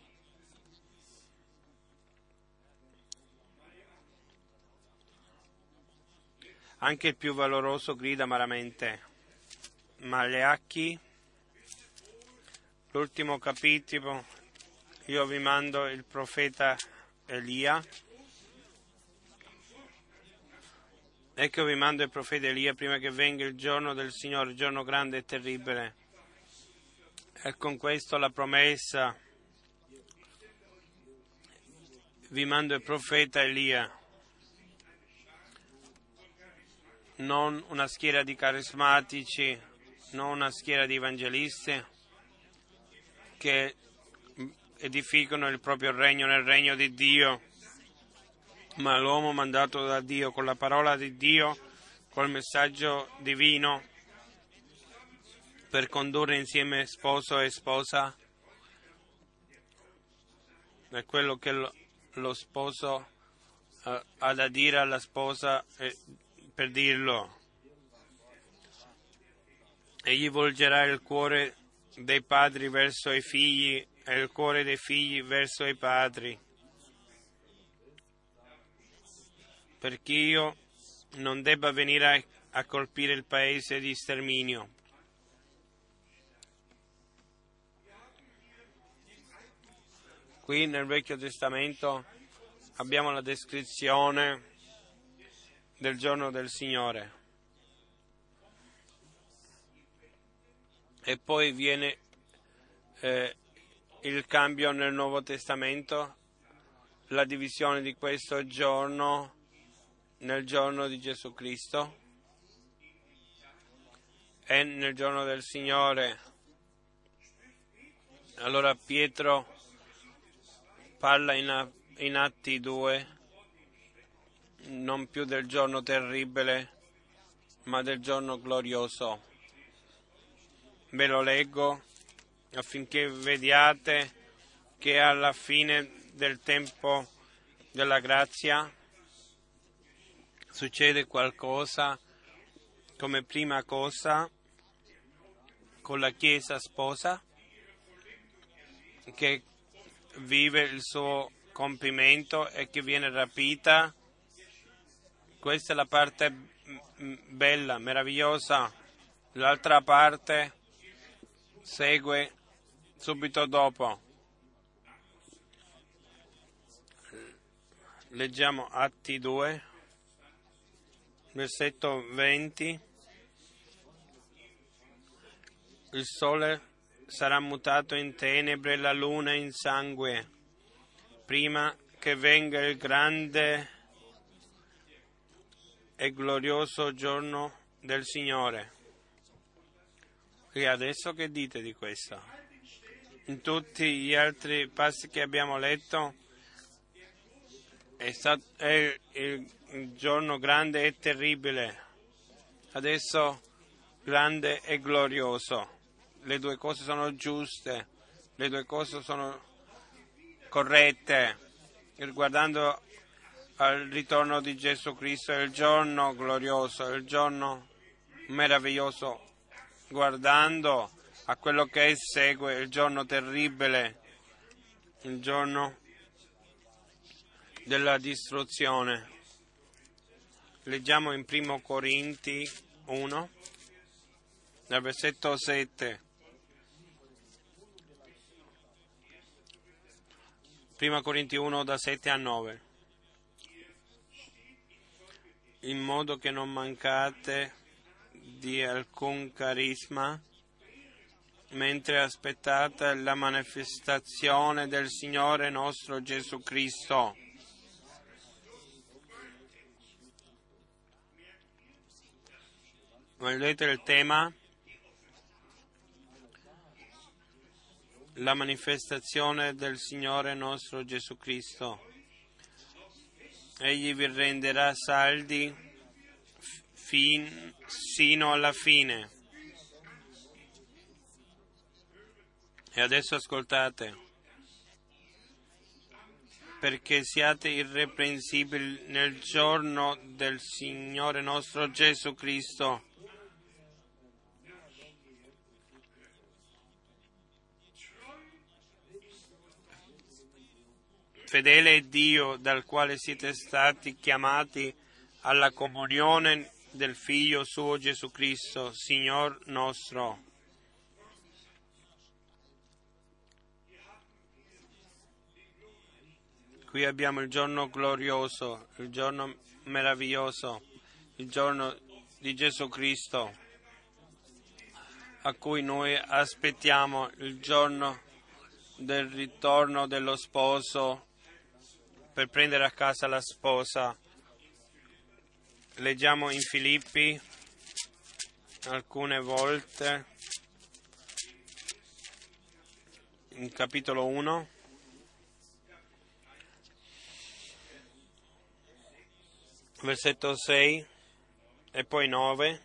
Anche il più valoroso grida amaramente. Maleachi, l'ultimo capitolo, io vi mando il profeta Elia. Ecco vi mando il profeta Elia prima che venga il giorno del Signore, il giorno grande e terribile. E con questo la promessa, vi mando il profeta Elia. Non una schiera di carismatici, non una schiera di evangelisti che edificano il proprio regno nel regno di Dio, ma l'uomo mandato da Dio con la parola di Dio, col messaggio divino, per condurre insieme sposo e sposa. È quello che lo sposo ha da dire alla sposa per dirlo. Egli volgerà il cuore dei padri verso i figli e il cuore dei figli verso i padri, perché io non debba venire a colpire il paese di sterminio. Qui nel Vecchio Testamento abbiamo la descrizione del giorno del Signore. E poi viene il cambio nel Nuovo Testamento, la divisione di questo giorno nel giorno di Gesù Cristo e nel giorno del Signore. Allora Pietro parla in Atti 2 non più del giorno terribile, ma del giorno glorioso. Ve lo leggo affinché vediate che alla fine del tempo della grazia succede qualcosa come prima cosa con la Chiesa sposa che vive il suo compimento e che viene rapita. Questa è la parte bella, meravigliosa. L'altra parte segue subito dopo. Leggiamo Atti 2, versetto 20. Il sole sarà mutato in tenebre e la luna in sangue, prima che venga il grande e glorioso giorno del Signore. E adesso che dite di questo? In tutti gli altri passi che abbiamo letto è il giorno grande e terribile, adesso grande e glorioso. Le due cose sono giuste, le due cose sono corrette. Riguardando al ritorno di Gesù Cristo è il giorno glorioso, è il giorno meraviglioso. Guardando a quello che segue, il giorno terribile, il giorno della distruzione. Leggiamo in 1 Corinti 1, dal versetto 7. 1 Corinti 1, da 7 a 9. In modo che non mancate di alcun carisma, mentre aspettate la manifestazione del Signore nostro Gesù Cristo. Vedete il tema? La manifestazione del Signore nostro Gesù Cristo. Egli vi renderà saldi sino alla fine. E adesso ascoltate. Perché siate irreprensibili nel giorno del Signore nostro Gesù Cristo. Fedele è Dio, dal quale siete stati chiamati alla comunione del Figlio suo Gesù Cristo, Signor nostro. Qui abbiamo il giorno glorioso, il giorno meraviglioso, il giorno di Gesù Cristo, a cui noi aspettiamo il giorno del ritorno dello sposo per prendere a casa la sposa. Leggiamo in Filippi alcune volte, in capitolo 1, versetto 6 e poi 9.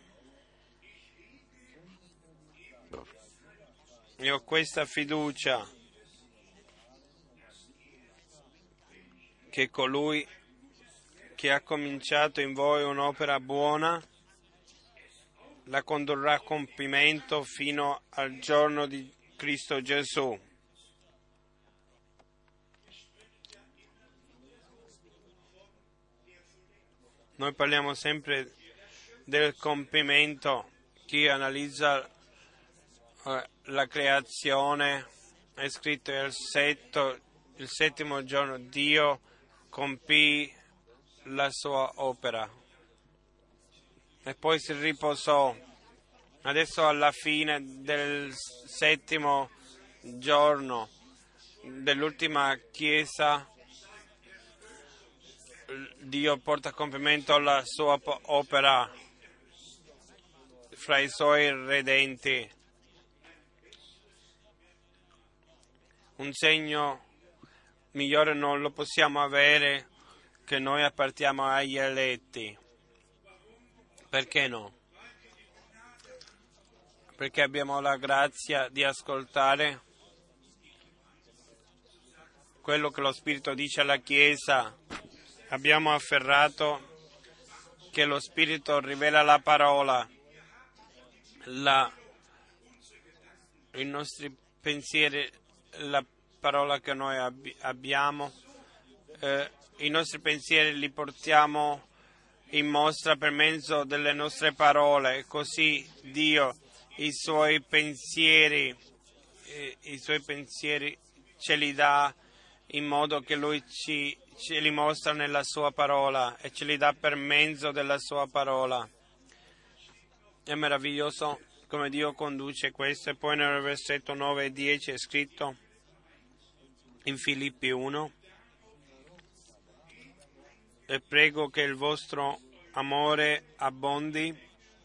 E ho questa fiducia che colui che ha cominciato in voi un'opera buona la condurrà a compimento fino al giorno di Cristo Gesù. Noi parliamo sempre del compimento. Chi analizza la creazione è scritto il settimo giorno Dio compì la sua opera e poi si riposò. Adesso alla fine del settimo giorno dell'ultima Chiesa, Dio porta a compimento la sua opera fra i suoi redenti. Un segno migliore non lo possiamo avere che noi appartiamo agli eletti. Perché no? Perché abbiamo la grazia di ascoltare quello che lo Spirito dice alla Chiesa. Abbiamo afferrato che lo Spirito rivela la parola, i nostri pensieri, la parola che noi abbiamo, i nostri pensieri li portiamo in mostra per mezzo delle nostre parole, e così Dio i suoi pensieri ce li dà in modo che Lui ce li mostra nella sua parola e ce li dà per mezzo della sua parola. È meraviglioso come Dio conduce questo. E poi nel versetto 9 e 10 è scritto in Filippi 1: e prego che il vostro amore abbondi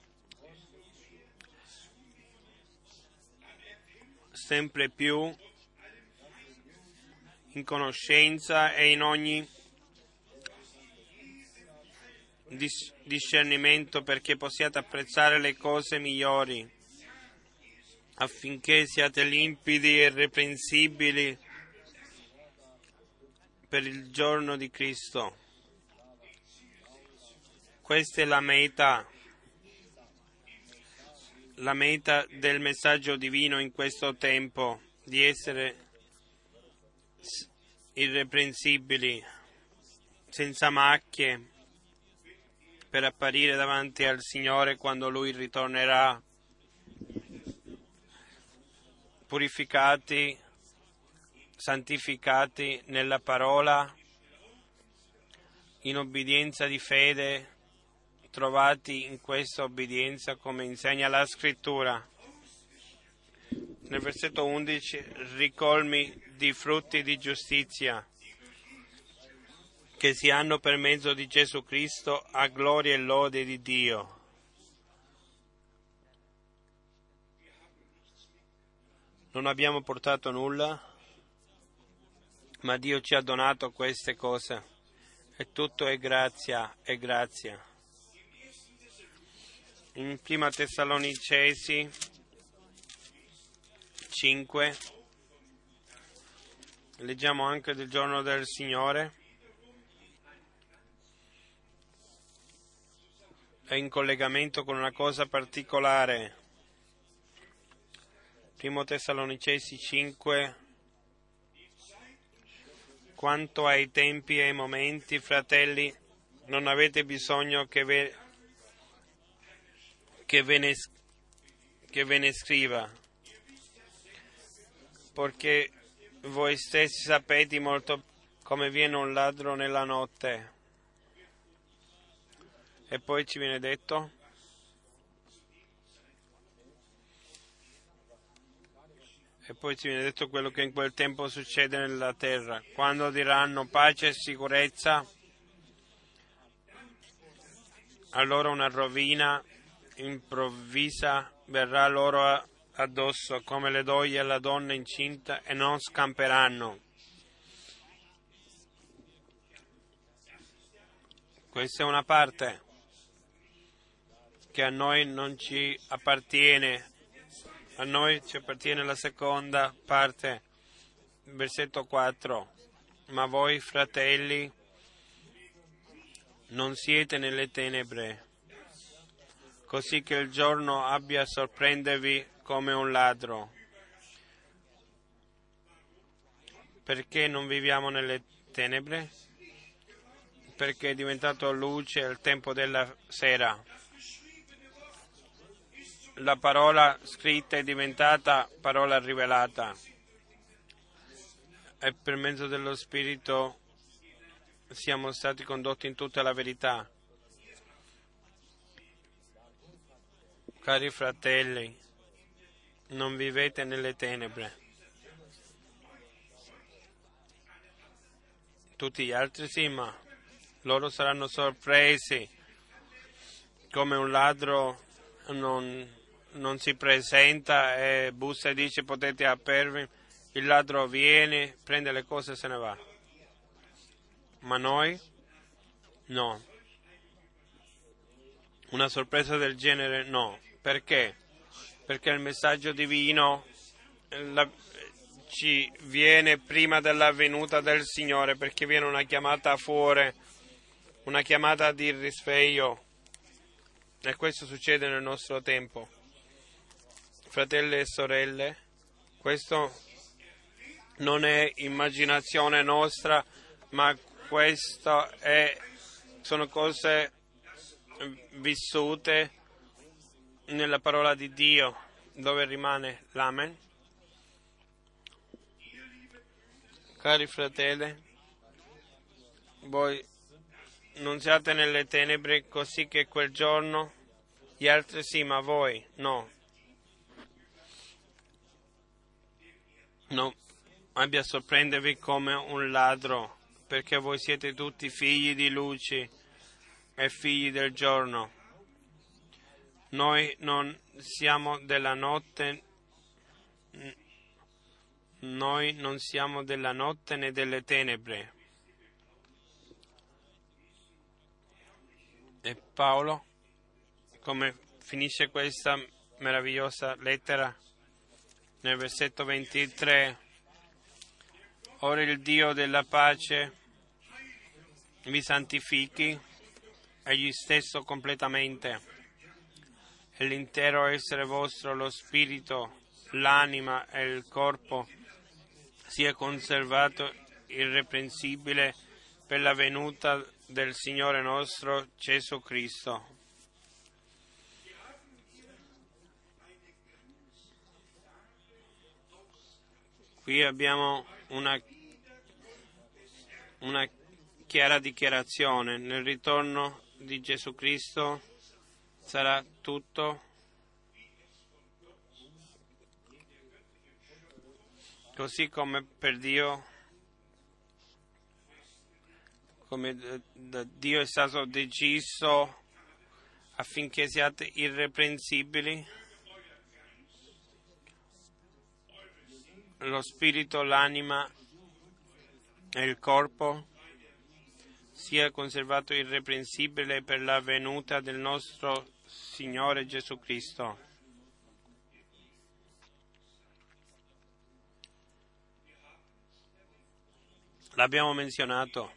sempre più in conoscenza e in ogni discernimento, perché possiate apprezzare le cose migliori, affinché siate limpidi e irreprensibili per il giorno di Cristo. Questa è la meta del messaggio divino in questo tempo, di essere irreprensibili, senza macchie, per apparire davanti al Signore quando Lui ritornerà, purificati, santificati nella parola, in obbedienza di fede, trovati in questa obbedienza come insegna la Scrittura. Nel versetto 11, ricolmi di frutti di giustizia che si hanno per mezzo di Gesù Cristo, a gloria e lode di Dio. Non abbiamo portato nulla, ma Dio ci ha donato queste cose e tutto è grazia e grazia. In Prima Tessalonicesi 5 leggiamo anche del giorno del Signore. È in collegamento con una cosa particolare. Primo Tessalonicesi 5: quanto ai tempi e ai momenti, fratelli, non avete bisogno che ve ne scriva, perché voi stessi sapete molto come viene un ladro nella notte. E poi ci viene detto: quello che in quel tempo succede nella terra. Quando diranno pace e sicurezza, allora una rovina improvvisa verrà loro addosso, come le doglie alla donna incinta, e non scamperanno. Questa è una parte che a noi non ci appartiene. A noi ci appartiene la seconda parte, versetto 4. Ma voi, fratelli, non siete nelle tenebre, così che il giorno abbia a sorprendervi come un ladro. Perché non viviamo nelle tenebre? Perché è diventato luce il tempo della sera. La parola scritta è diventata parola rivelata, e per mezzo dello Spirito siamo stati condotti in tutta la verità. Cari fratelli, non vivete nelle tenebre. Tutti gli altri sì, ma loro saranno sorpresi. Come un ladro non si presenta e bussa e dice potete aprirmi, il ladro viene, prende le cose e se ne va. Ma noi? No. Una sorpresa del genere no. Perché? Perché il messaggio divino ci viene prima della venuta del Signore, perché viene una chiamata fuori, una chiamata di risveglio, e questo succede nel nostro tempo. Fratelli e sorelle, questo non è immaginazione nostra, ma questo sono cose vissute nella parola di Dio, dove rimane l'Amen. Cari fratelli, voi non siate nelle tenebre così che quel giorno gli altri sì, ma voi no. Non abbia a sorprendervi come un ladro, perché voi siete tutti figli di luci e figli del giorno. Noi non siamo della notte, noi non siamo della notte né delle tenebre. E Paolo, come finisce questa meravigliosa lettera? Nel versetto 23, ora il Dio della pace vi santifichi egli stesso completamente, e l'intero essere vostro, lo spirito, l'anima e il corpo sia conservato irreprensibile per la venuta del Signore nostro Gesù Cristo. Qui abbiamo una chiara dichiarazione: nel ritorno di Gesù Cristo sarà tutto così come per Dio, come da Dio è stato deciso affinché siate irreprensibili. Lo spirito, l'anima e il corpo sia conservato irreprensibile per la venuta del nostro Signore Gesù Cristo. L'abbiamo menzionato.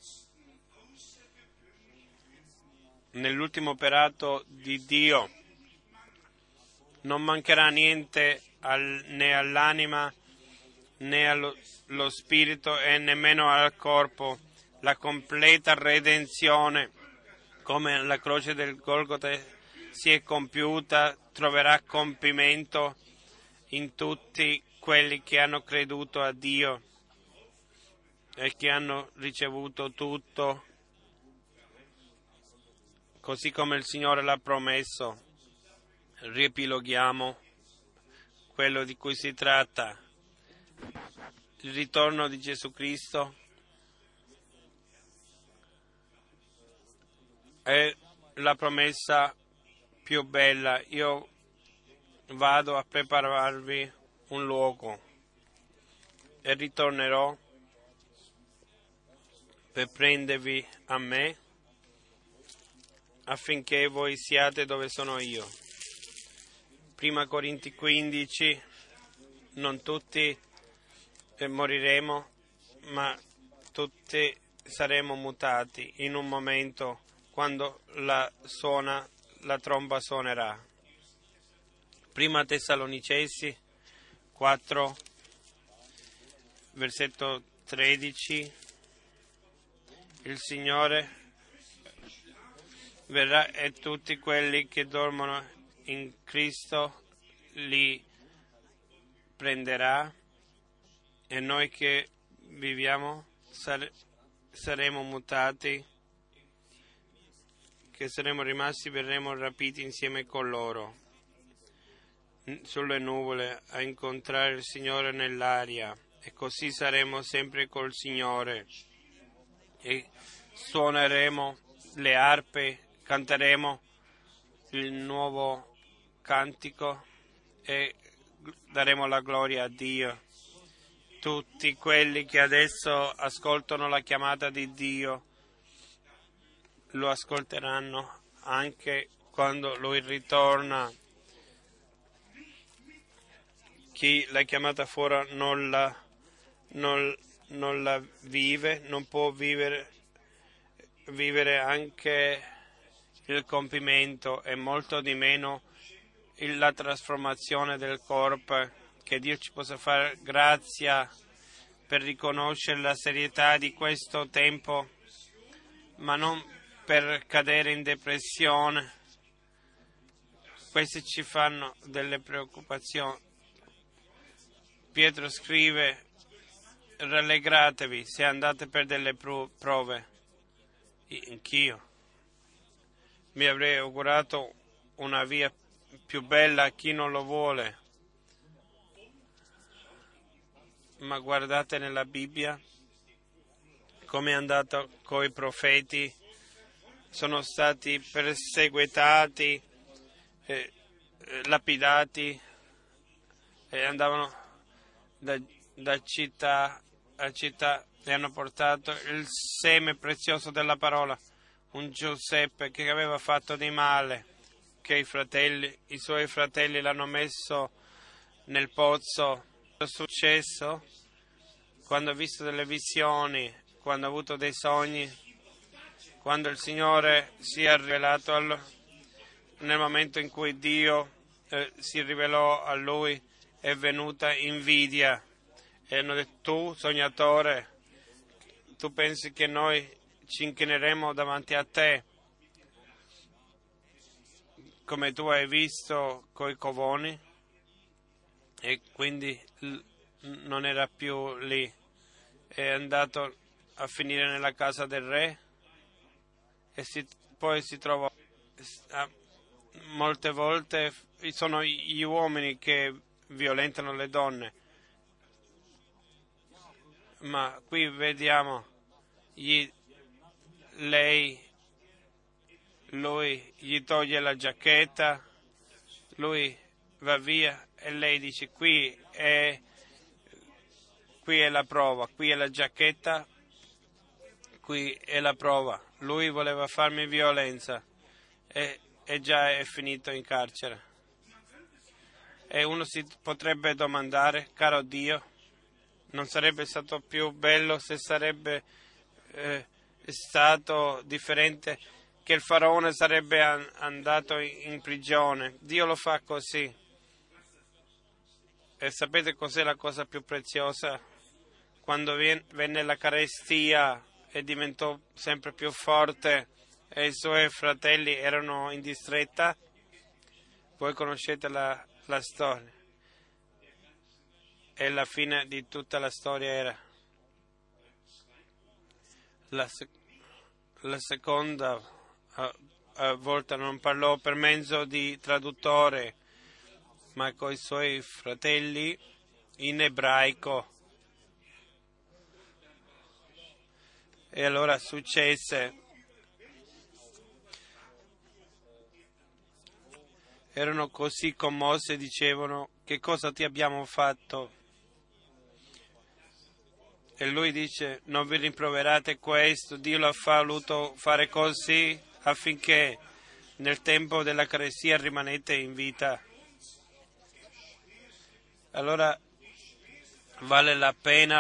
Nell'ultimo operato di Dio non mancherà niente né all'anima né allo spirito e nemmeno al corpo. La completa redenzione, come la croce del Golgota si è compiuta, troverà compimento in tutti quelli che hanno creduto a Dio e che hanno ricevuto tutto, così come il Signore l'ha promesso. Riepiloghiamo quello di cui si tratta: il ritorno di Gesù Cristo è la promessa più bella. Io vado a prepararvi un luogo e ritornerò per prendervi a me, affinché voi siate dove sono io. Prima Corinzi 15, non tutti moriremo, ma tutti saremo mutati in un momento, quando la tromba suonerà. Prima Tessalonicesi 4, versetto 13, il Signore verrà e tutti quelli che dormono in Cristo li prenderà, e noi che viviamo saremo mutati, che saremo rimasti, verremo rapiti insieme con loro sulle nuvole a incontrare il Signore nell'aria, e così saremo sempre col Signore. e suoneremo le arpe, canteremo il nuovo cantico e daremo la gloria a Dio. Tutti quelli che adesso ascoltano la chiamata di Dio lo ascolteranno anche quando Lui ritorna. Chi la chiamata fuori non la vive, non può vivere anche il compimento e molto di meno la trasformazione del corpo. Che Dio ci possa fare grazia per riconoscere la serietà di questo tempo, ma non per cadere in depressione. Questi ci fanno delle preoccupazioni. Pietro scrive: rallegratevi se andate per delle prove. Anch'io mi avrei augurato una via più bella a chi non lo vuole, ma guardate nella Bibbia come è andato coi profeti. Sono stati perseguitati, lapidati e andavano da città a città e hanno portato il seme prezioso della parola. Un Giuseppe che aveva fatto di male, che i suoi fratelli l'hanno messo nel pozzo. È successo quando ha visto delle visioni, quando ha avuto dei sogni, quando il Signore si è rivelato nel momento in cui Dio si rivelò a lui, è venuta invidia e hanno detto: tu sognatore, tu pensi che noi ci inchineremo davanti a te come tu hai visto coi covoni? E quindi non era più lì, è andato a finire nella casa del re e poi si trovò. Molte volte sono gli uomini che violentano le donne, ma qui vediamo lui gli toglie la giacchetta, lui va via e lei dice: qui è la prova, qui è la giacchetta, qui è la prova. Lui voleva farmi violenza e già è finito in carcere. E uno si potrebbe domandare: caro Dio, non sarebbe stato più bello se sarebbe stato differente, che il faraone sarebbe andato in prigione? Dio lo fa così. E sapete cos'è la cosa più preziosa? Quando venne la carestia e diventò sempre più forte e i suoi fratelli erano in distretta. Voi conoscete la storia. E la fine di tutta la storia era la seconda volta non parlò per mezzo di traduttore, ma con i suoi fratelli in ebraico. E allora successe, erano così commossi e dicevano: che cosa ti abbiamo fatto? E lui dice: non vi rimproverate questo, Dio l'ha voluto fare così affinché nel tempo della carestia rimanete in vita. Allora vale la pena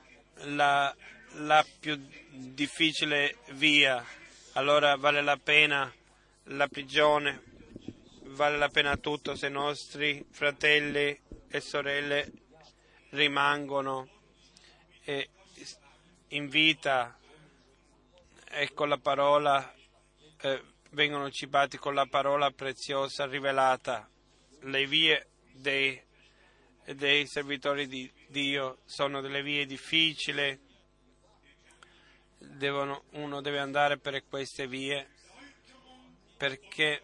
la più difficile via, allora vale la pena la prigione, vale la pena tutto se i nostri fratelli e sorelle rimangono in vita e con la parola vengono cibati con la parola preziosa rivelata. Le vie dei servitori di Dio sono delle vie difficili, uno deve andare per queste vie perché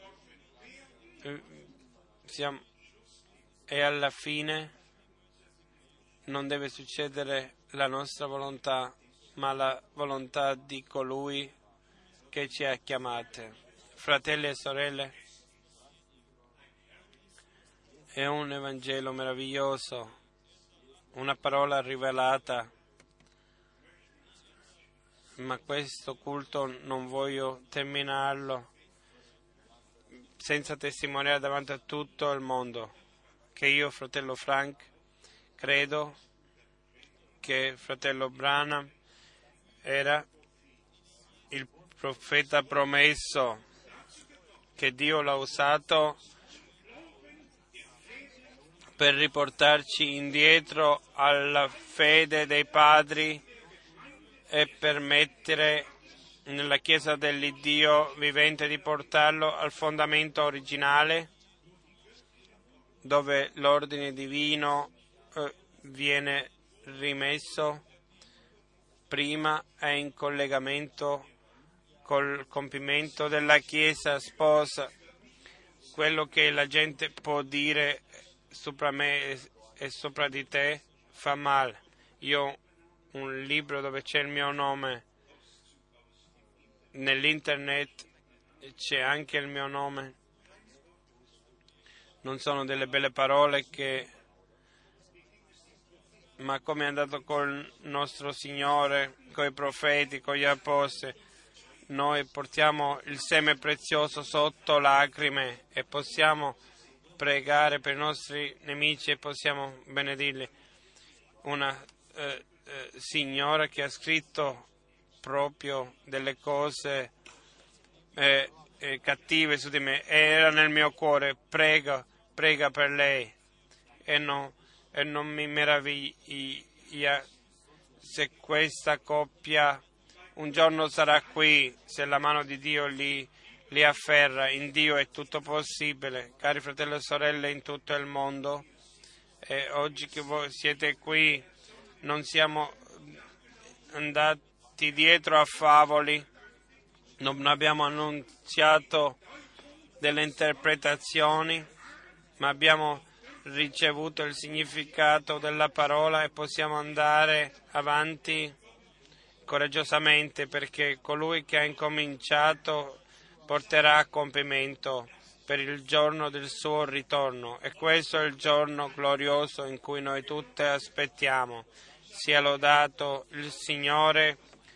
e alla fine non deve succedere la nostra volontà, ma la volontà di colui che ci ha chiamate. Fratelli e sorelle, è un Evangelo meraviglioso, una parola rivelata, ma questo culto non voglio terminarlo senza testimoniare davanti a tutto il mondo che io, fratello Frank, credo che fratello Branham era il profeta promesso, che Dio l'ha usato per riportarci indietro alla fede dei padri e permettere nella Chiesa dell'Iddio vivente di portarlo al fondamento originale, dove l'ordine divino viene rimesso prima e in collegamento col compimento della Chiesa sposa. Quello che la gente può dire sopra me e sopra di te fa male. Io ho un libro dove c'è il mio nome, nell'internet c'è anche il mio nome. Non sono delle belle parole ma come è andato col nostro Signore, con i profeti, con gli apostoli, noi portiamo il seme prezioso sotto lacrime e possiamo pregare per i nostri nemici e possiamo benedirli. Una signora che ha scritto proprio delle cose cattive su di me, era nel mio cuore, prega per lei, e non mi meraviglia se questa coppia un giorno sarà qui, se la mano di Dio li afferra. In Dio è tutto possibile, cari fratelli e sorelle in tutto il mondo. E oggi che voi siete qui, non siamo andati dietro a favoli, non abbiamo annunziato delle interpretazioni, ma abbiamo ricevuto il significato della parola e possiamo andare avanti coraggiosamente, perché colui che ha incominciato porterà a compimento per il giorno del suo ritorno, e questo è il giorno glorioso in cui noi tutti aspettiamo. Sia lodato il Signore,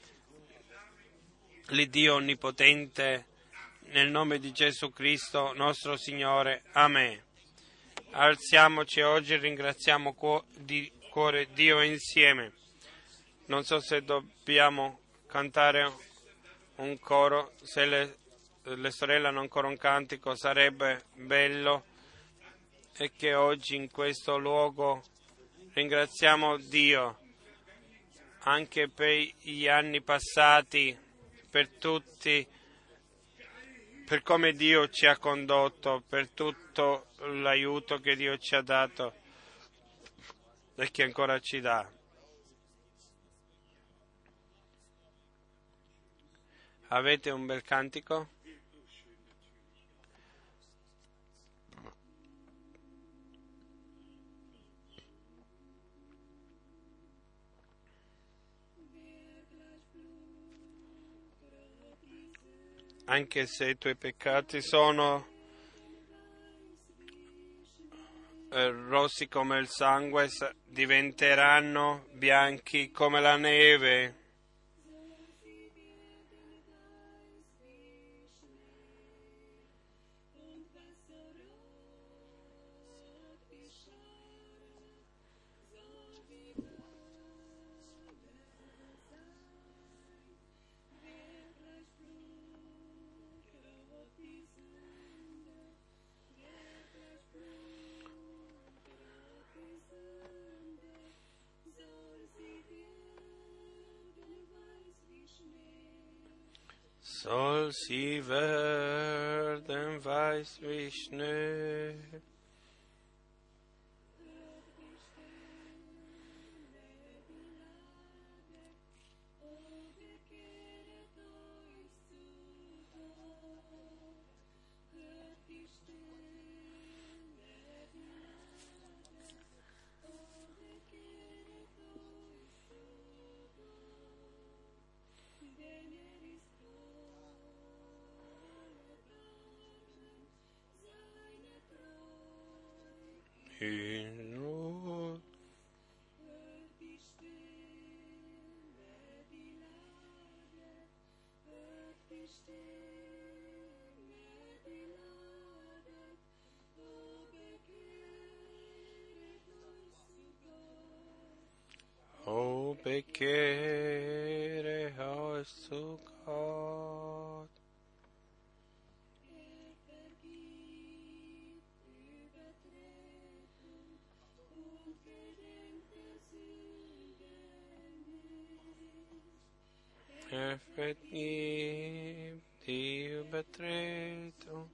l'Iddio Onnipotente, nel nome di Gesù Cristo, nostro Signore. Amen. Alziamoci oggi e ringraziamo di cuore Dio insieme. Non so se dobbiamo cantare un coro, se le sorelle hanno ancora un cantico sarebbe bello, e che oggi in questo luogo ringraziamo Dio anche per gli anni passati, per tutti, per come Dio ci ha condotto, per tutto l'aiuto che Dio ci ha dato e che ancora ci dà. Avete un bel cantico? Anche se i tuoi peccati sono rossi come il sangue, diventeranno bianchi come la neve. Soll sie werden weiß wie Schnee. in noi. O bekehre oss zu Gott. Vergib die Übertretung.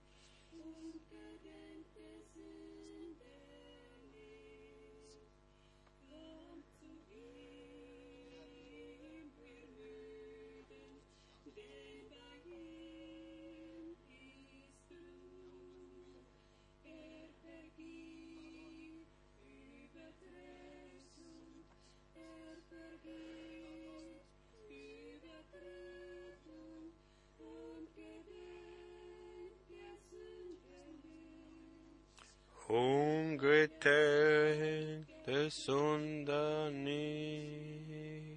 Ungetäte Sünder nie.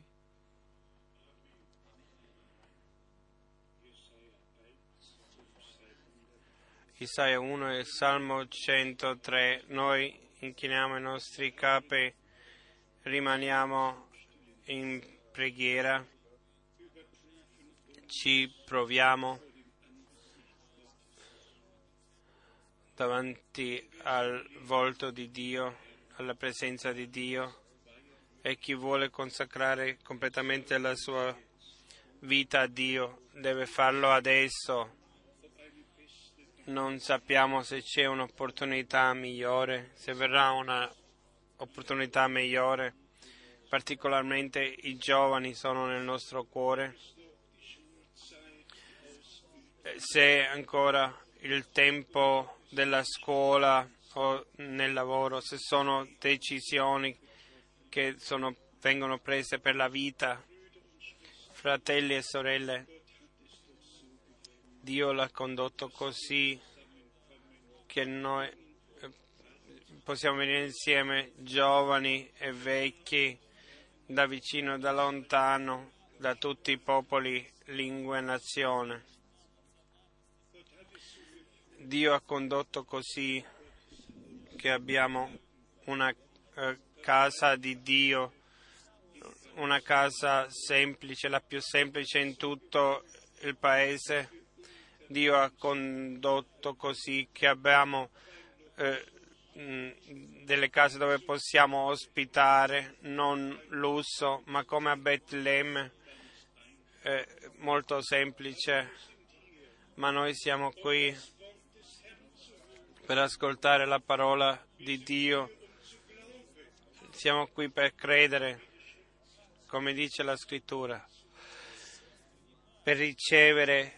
Isaia 1 e Salmo 103. Noi inchiniamo i nostri capi, rimaniamo in preghiera, ci proviamo davanti al volto di Dio, alla presenza di Dio, e chi vuole consacrare completamente la sua vita a Dio deve farlo adesso. Non sappiamo se c'è un'opportunità migliore, se verrà un'opportunità migliore. Particolarmente i giovani sono nel nostro cuore. Se ancora il tempo della scuola o nel lavoro, se sono decisioni che vengono prese per la vita, fratelli e sorelle, Dio l'ha condotto così che noi possiamo venire insieme, giovani e vecchi, da vicino e da lontano, da tutti i popoli, lingue e nazioni. Dio ha condotto così che abbiamo una casa di Dio, una casa semplice, la più semplice in tutto il paese. Dio ha condotto così che abbiamo delle case dove possiamo ospitare, non lusso, ma come a Betlemme, molto semplice, ma noi siamo qui per ascoltare la parola di Dio, siamo qui per credere, come dice la Scrittura, per ricevere,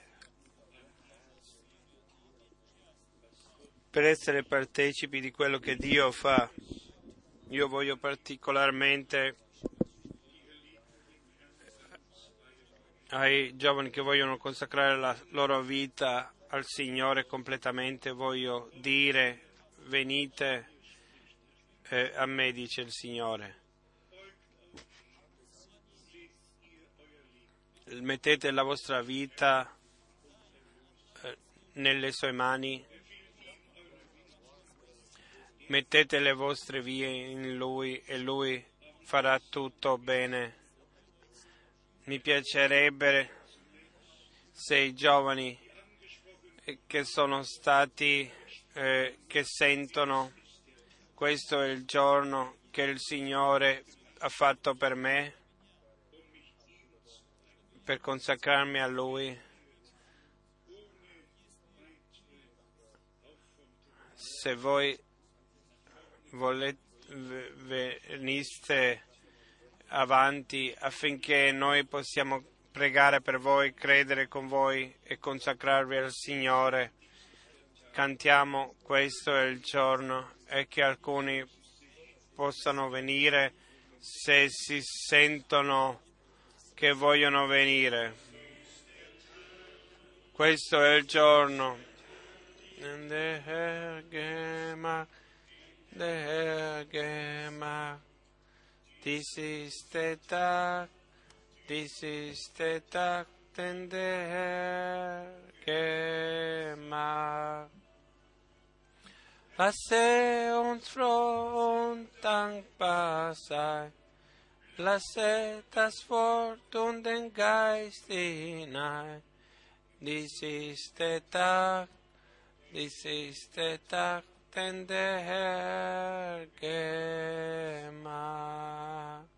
per essere partecipi di quello che Dio fa. Io voglio particolarmente ai giovani che vogliono consacrare la loro vita al Signore completamente, voglio dire: venite a me, dice il Signore. Mettete la vostra vita nelle sue mani, mettete le vostre vie in Lui e Lui farà tutto bene. Mi piacerebbe se i giovani che sono stati, che sentono: questo è il giorno che il Signore ha fatto per me, per consacrarmi a Lui. Se voi veniste avanti affinché noi possiamo pregare per voi, credere con voi e consacrarvi al Signore, cantiamo questo è il giorno, e che alcuni possano venire se si sentono che vogliono venire. Questo è il giorno. der gemacht. Dies ist der Tag, den der Herr gemacht. Lasse uns froh und dankbar sein. Lasse das Wort und den Geist hinein. Dies ist der Tag, den der Herr gemacht.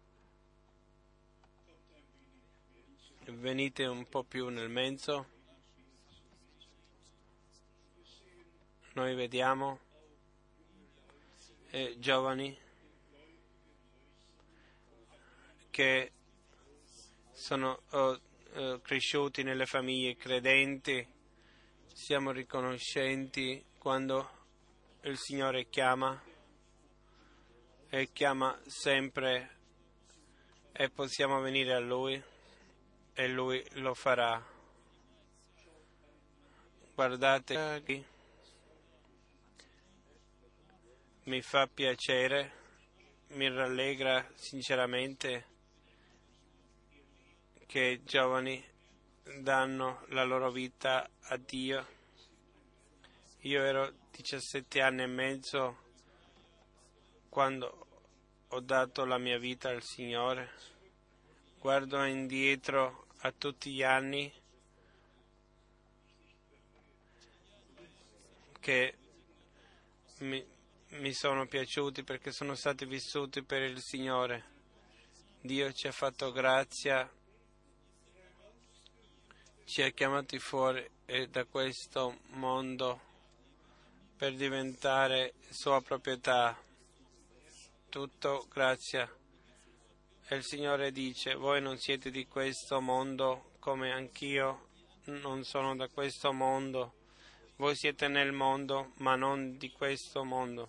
Venite un po' più nel mezzo. Noi vediamo giovani che sono cresciuti nelle famiglie credenti. Siamo riconoscenti quando il Signore chiama e chiama sempre e possiamo venire a Lui e Lui lo farà. Guardate qui. Mi fa piacere, mi rallegra sinceramente che giovani danno la loro vita a Dio. Io ero 17 anni e mezzo quando ho dato la mia vita al Signore. Guardo indietro a tutti gli anni che mi sono piaciuti perché sono stati vissuti per il Signore. Dio ci ha fatto grazia, ci ha chiamati fuori da questo mondo per diventare sua proprietà. Tutto grazia. E il Signore dice: voi non siete di questo mondo come anch'io non sono da questo mondo. Voi siete nel mondo, ma non di questo mondo.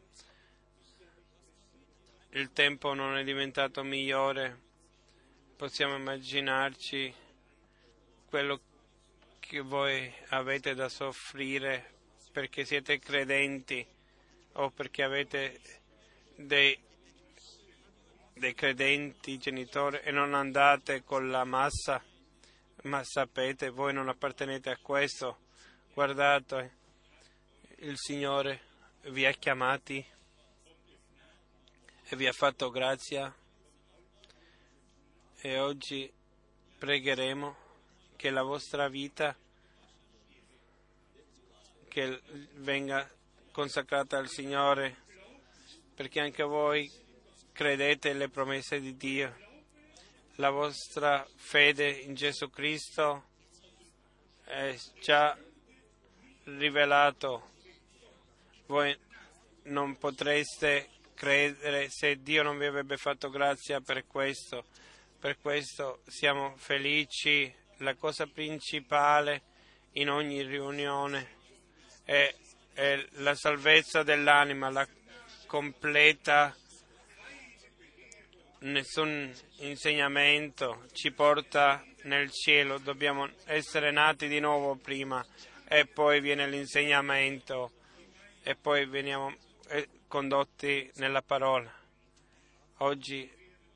Il tempo non è diventato migliore. Possiamo immaginarci quello che voi avete da soffrire perché siete credenti o perché avete dei credenti genitori e non andate con la massa, ma sapete, voi non appartenete a questo. Guardate, il Signore vi ha chiamati e vi ha fatto grazia e oggi pregheremo che la vostra vita che venga consacrata al Signore, perché anche voi credete alle promesse di Dio. La vostra fede in Gesù Cristo è già rivelato. Voi non potreste credere se Dio non vi avrebbe fatto grazia per questo. Per questo siamo felici. La cosa principale in ogni riunione è la salvezza dell'anima, la completa. Nessun insegnamento ci porta nel cielo, dobbiamo essere nati di nuovo prima e poi viene l'insegnamento e poi veniamo condotti nella parola. Oggi,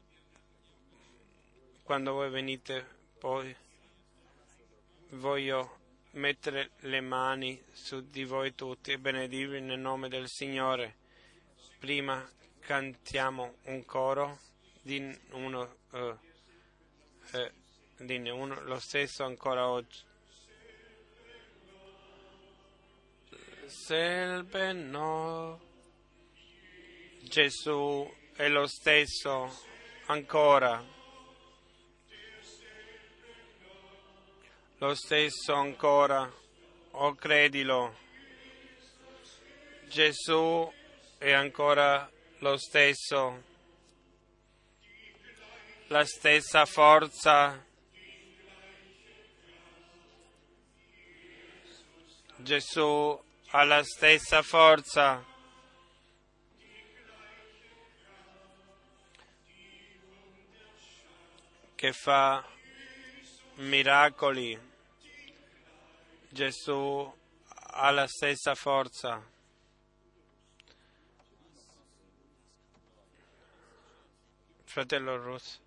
quando voi venite, poi voglio mettere le mani su di voi tutti e benedirvi nel nome del Signore. Prima cantiamo un coro, dinne uno, lo stesso ancora oggi. Selbe no, Gesù è lo stesso ancora. Lo stesso ancora, o credilo, Gesù è ancora lo stesso, la stessa forza, Gesù ha la stessa forza, che fa miracoli. Gesù ha la stessa forza. Fratello Russo.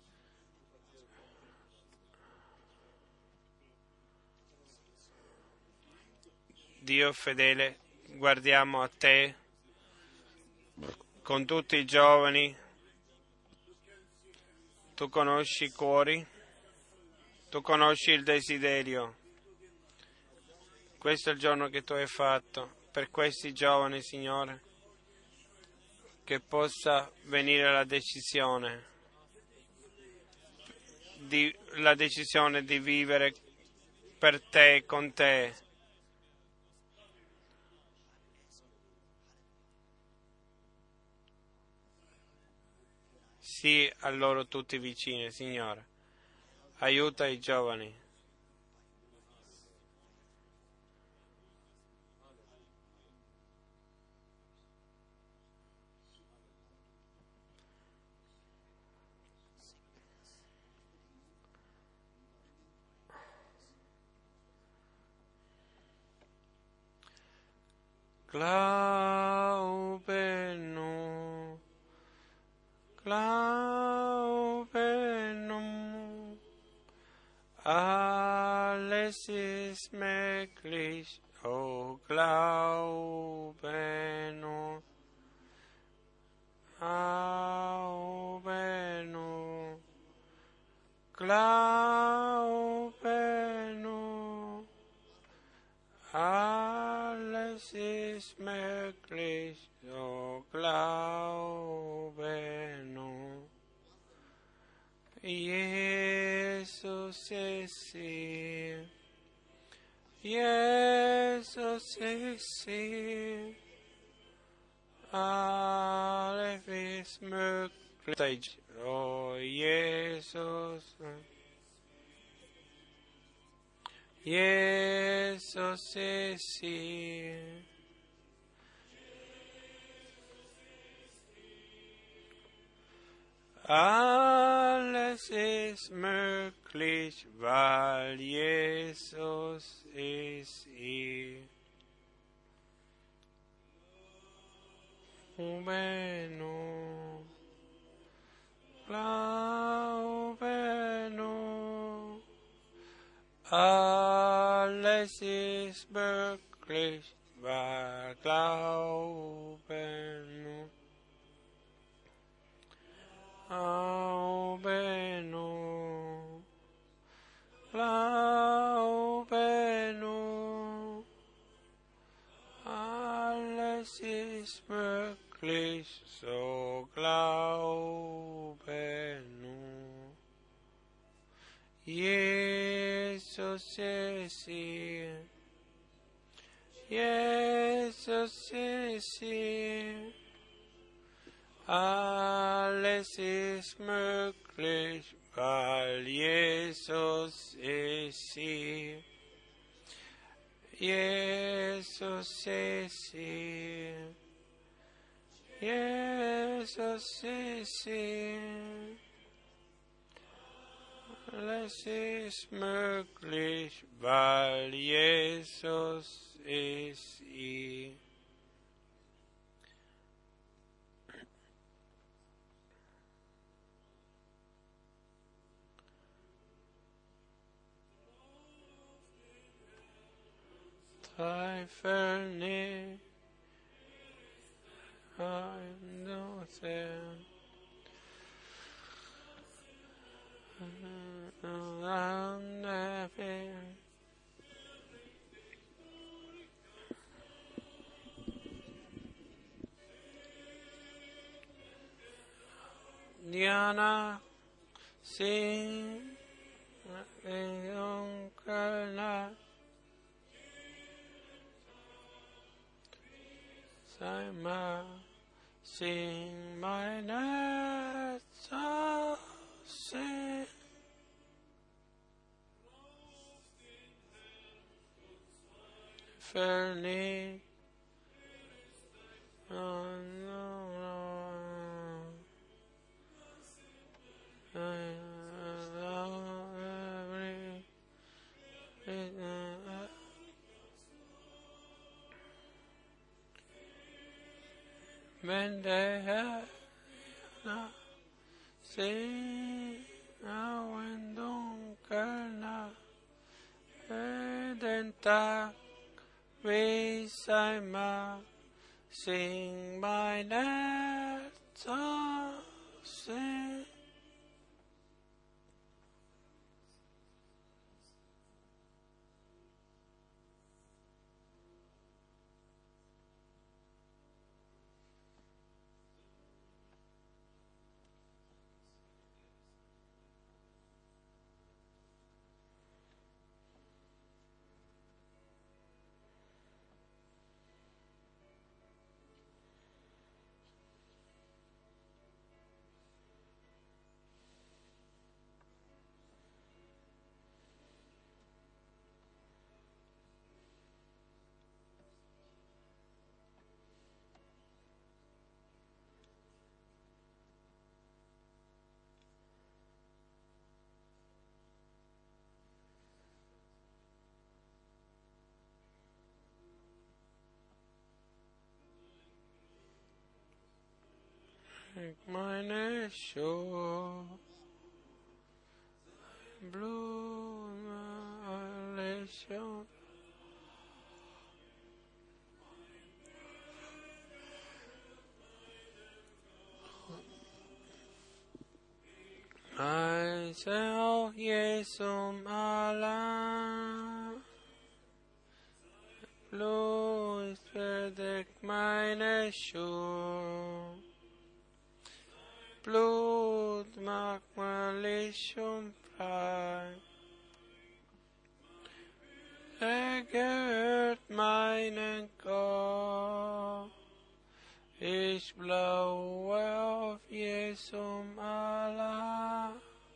Dio fedele, guardiamo a te con tutti i giovani. Tu conosci i cuori, tu conosci il desiderio. Questo è il giorno che tu hai fatto per questi giovani, Signore, che possa venire la decisione di vivere per te, con te. Sii a loro tutti vicini, Signore. Aiuta i giovani. Glaube nur, glaube nur, alles ist möglich, oh glaube nur, glaube nur, glaube nur, alles ist möglich, oh glaube nur. Jesus ist hier, Jesus ist hier, alles ist möglich, oh Jesus. Jesus ist hier. Alles ist möglich, weil Jesus ist hier. Glaube nur, glaube nur, alles ist möglich, weil glaube nur. Glaube nur, glaube nur, alles ist möglich, so glaube nur. Jesus ist hier, Jesus ist hier. Alles ist möglich, weil Jesus ist hier. Jesus ist hier. Jesus ist hier. Alles ist möglich, weil Jesus ist hier. Zweifel nicht, nur sehr. Diana, sing, sing my nights of sin. Fernie, when they have sì, in dunkel Nacht, den Tag, wie sei Macht, sing mein Herz aus, sing. Meine Schuhe, Blume, alles schon. Preise auch Jesum Allah, Blut verdeckt meine Schuhe. Blut macht mich und frei. Gehört meinen Kopf. Ich blaue auf Jesum Allah.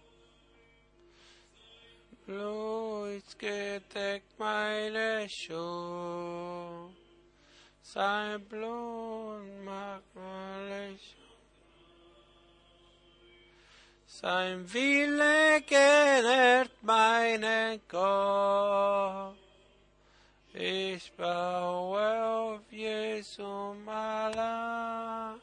Blut gedeckt meine Schuhe. Sein Blut macht mich. Sein Wille genährt meinen Kopf. Ich baue auf Jesum Allah.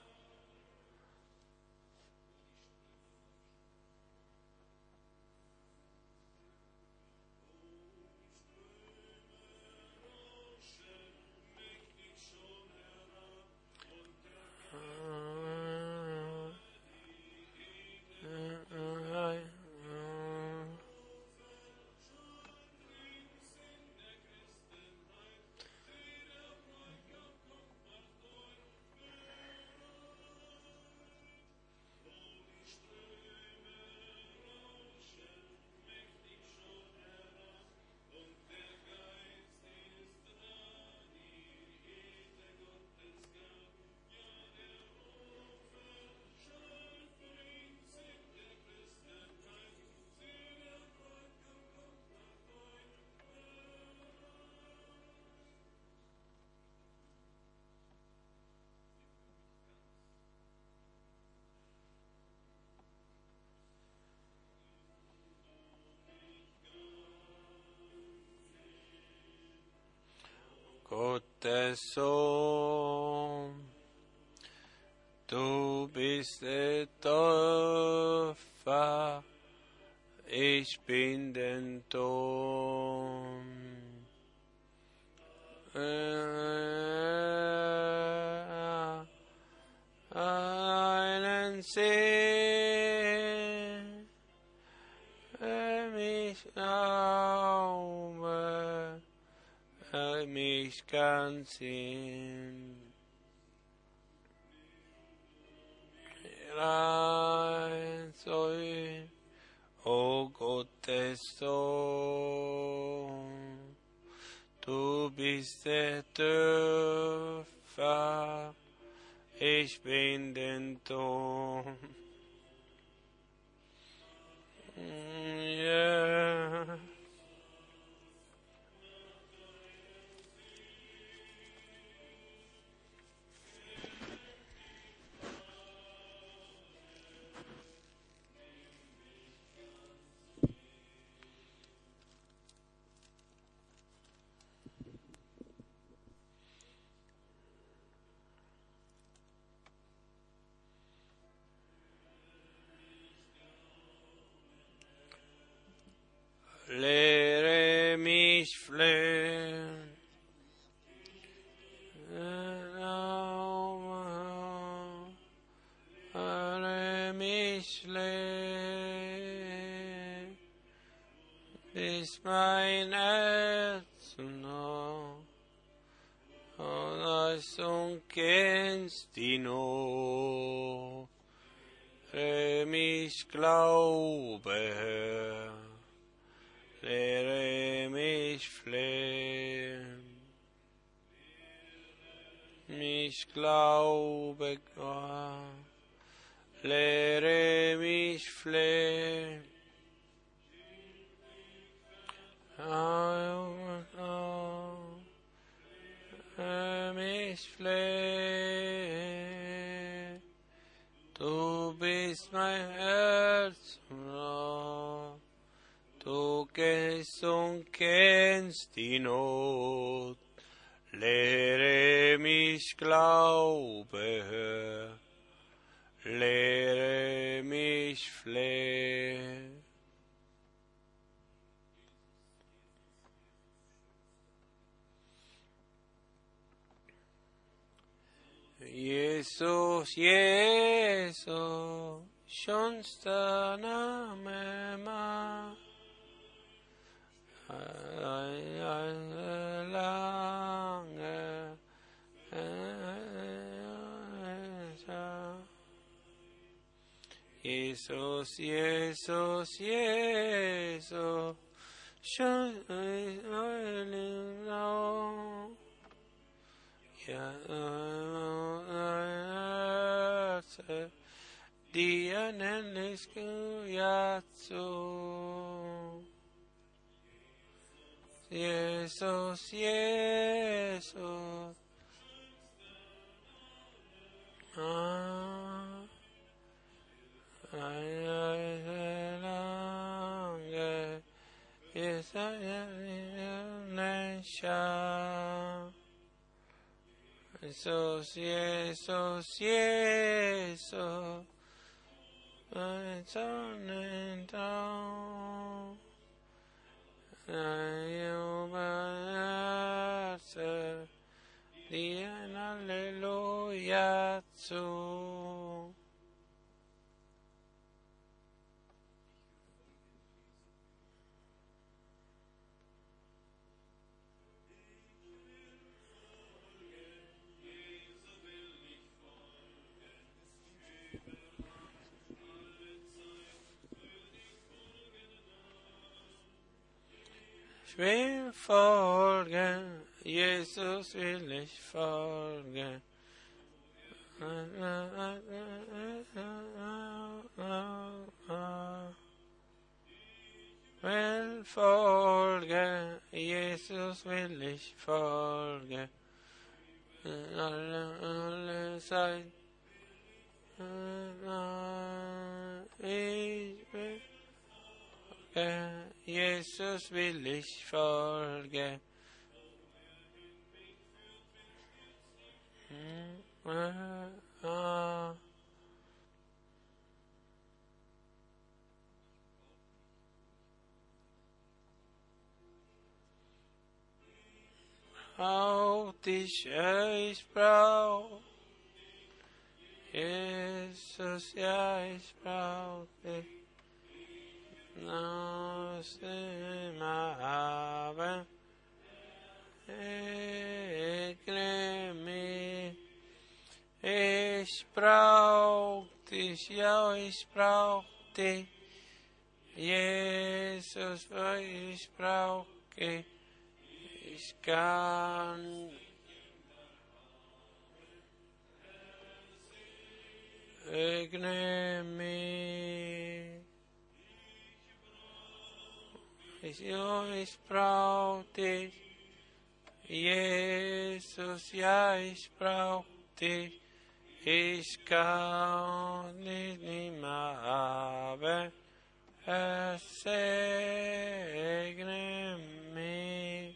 Gottes Sohn, du bist der Täufer, ich bin den Ton. Einen See, mich Glaube, mich ganz in rein soll, o Gottes Sohn, du bist der Täufer, ich bin den Ton. Yeah. mich lebt, bis mein Herz noch, und als du kennst die Not, lehre mich Glaube, Herr, lehre mich flehen. Mich glaube Gott, lehre mich flehen. Mich flehen. Du bist mein Herz, du kennst und kennst die Not. Lehre mich Glaube, Herr, lehre mich flehen. Jesus, Jesus, schon staname ma. Jesus, Jesus, Jesus, schon Dia nelisku yatsu. Jesus, Jesus. Jesus, Jesus, Jesus. Turning down, you answer the Alleluia zu. Ich will folgen, Jesus will ich folgen. Will folgen, Jesus will ich folgen. Alle Zeit. Ich will Jesus will ich folgen. Brauch dich, ich brauch Jesus, ja, ich brauch dich. Nos immer haben, ich brauch dich, ja, ich brauch dich, Jesus, ich brauch dich, ich kann segne mich. Ich brauch dich, Jesus, ja, ich brauch dich, ich kann dich nicht mehr haben, segne mich.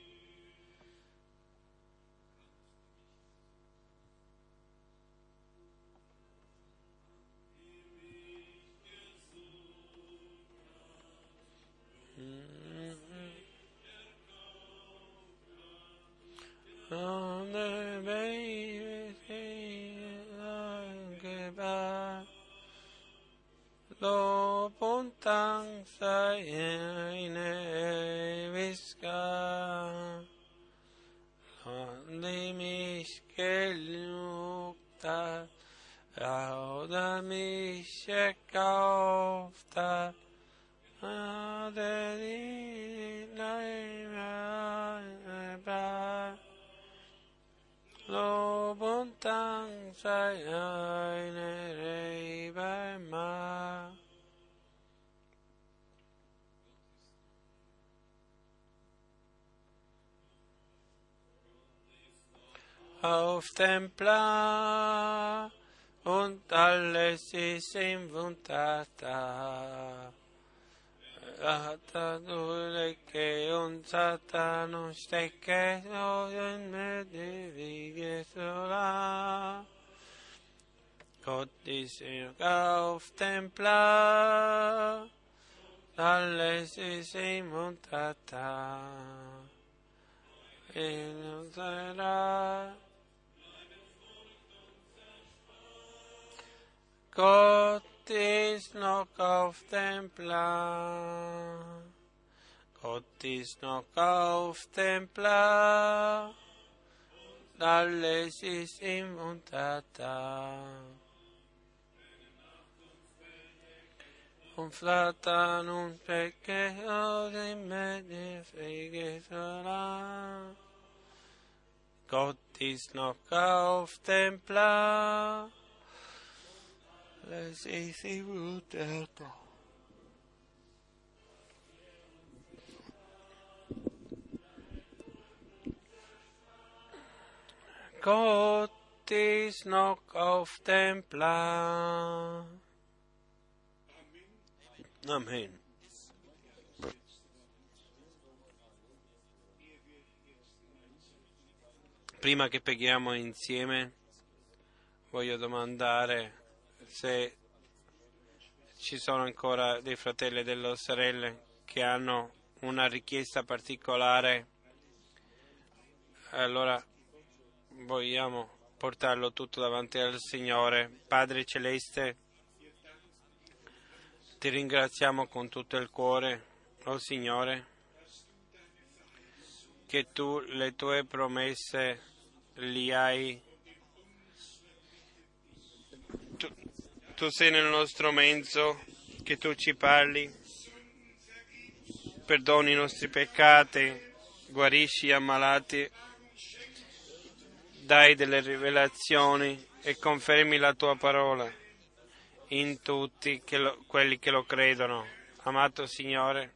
On the baby, lo puntang sayine viska Limishkelukta Audamishekofta Adeli Laimaba Lo Buntang Sayane Reibama Auf Templar und alles ist im Wundata. Atadureke und Satan und stecke so in mir die sola. Gott ist auf Templar, alles ist im Wundata. In unserer Gott ist noch auf dem Plan. Gott ist noch auf dem Plan. Alles ist ihm untertan. Und flattern und Bäcke aus dem Medifege sola. Gott ist noch auf dem Plan. Alles ist ihm untertan. Gott ist noch auf dem Plan. Amen. Prima che preghiamo insieme, voglio domandare se ci sono ancora dei fratelli e delle sorelle che hanno una richiesta particolare. Allora vogliamo portarlo tutto davanti al Signore. Padre Celeste, ti ringraziamo con tutto il cuore, oh Signore, che tu le tue promesse li hai. Tu sei nel nostro mezzo, che tu ci parli, perdoni i nostri peccati, guarisci gli ammalati, dai delle rivelazioni e confermi la tua parola in tutti quelli che lo credono. Amato Signore,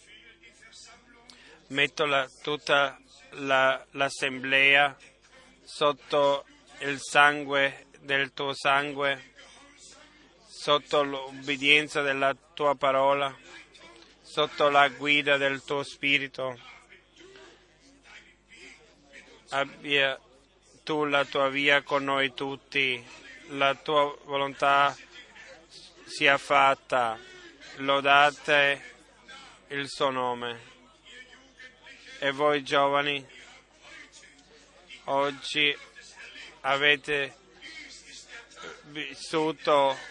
metto tutta l'assemblea sotto il sangue del tuo sangue, sotto l'obbedienza della tua parola, sotto la guida del tuo Spirito. Abbia tu la tua via con noi tutti, la tua volontà sia fatta, lodate il suo nome. E voi giovani, oggi avete vissuto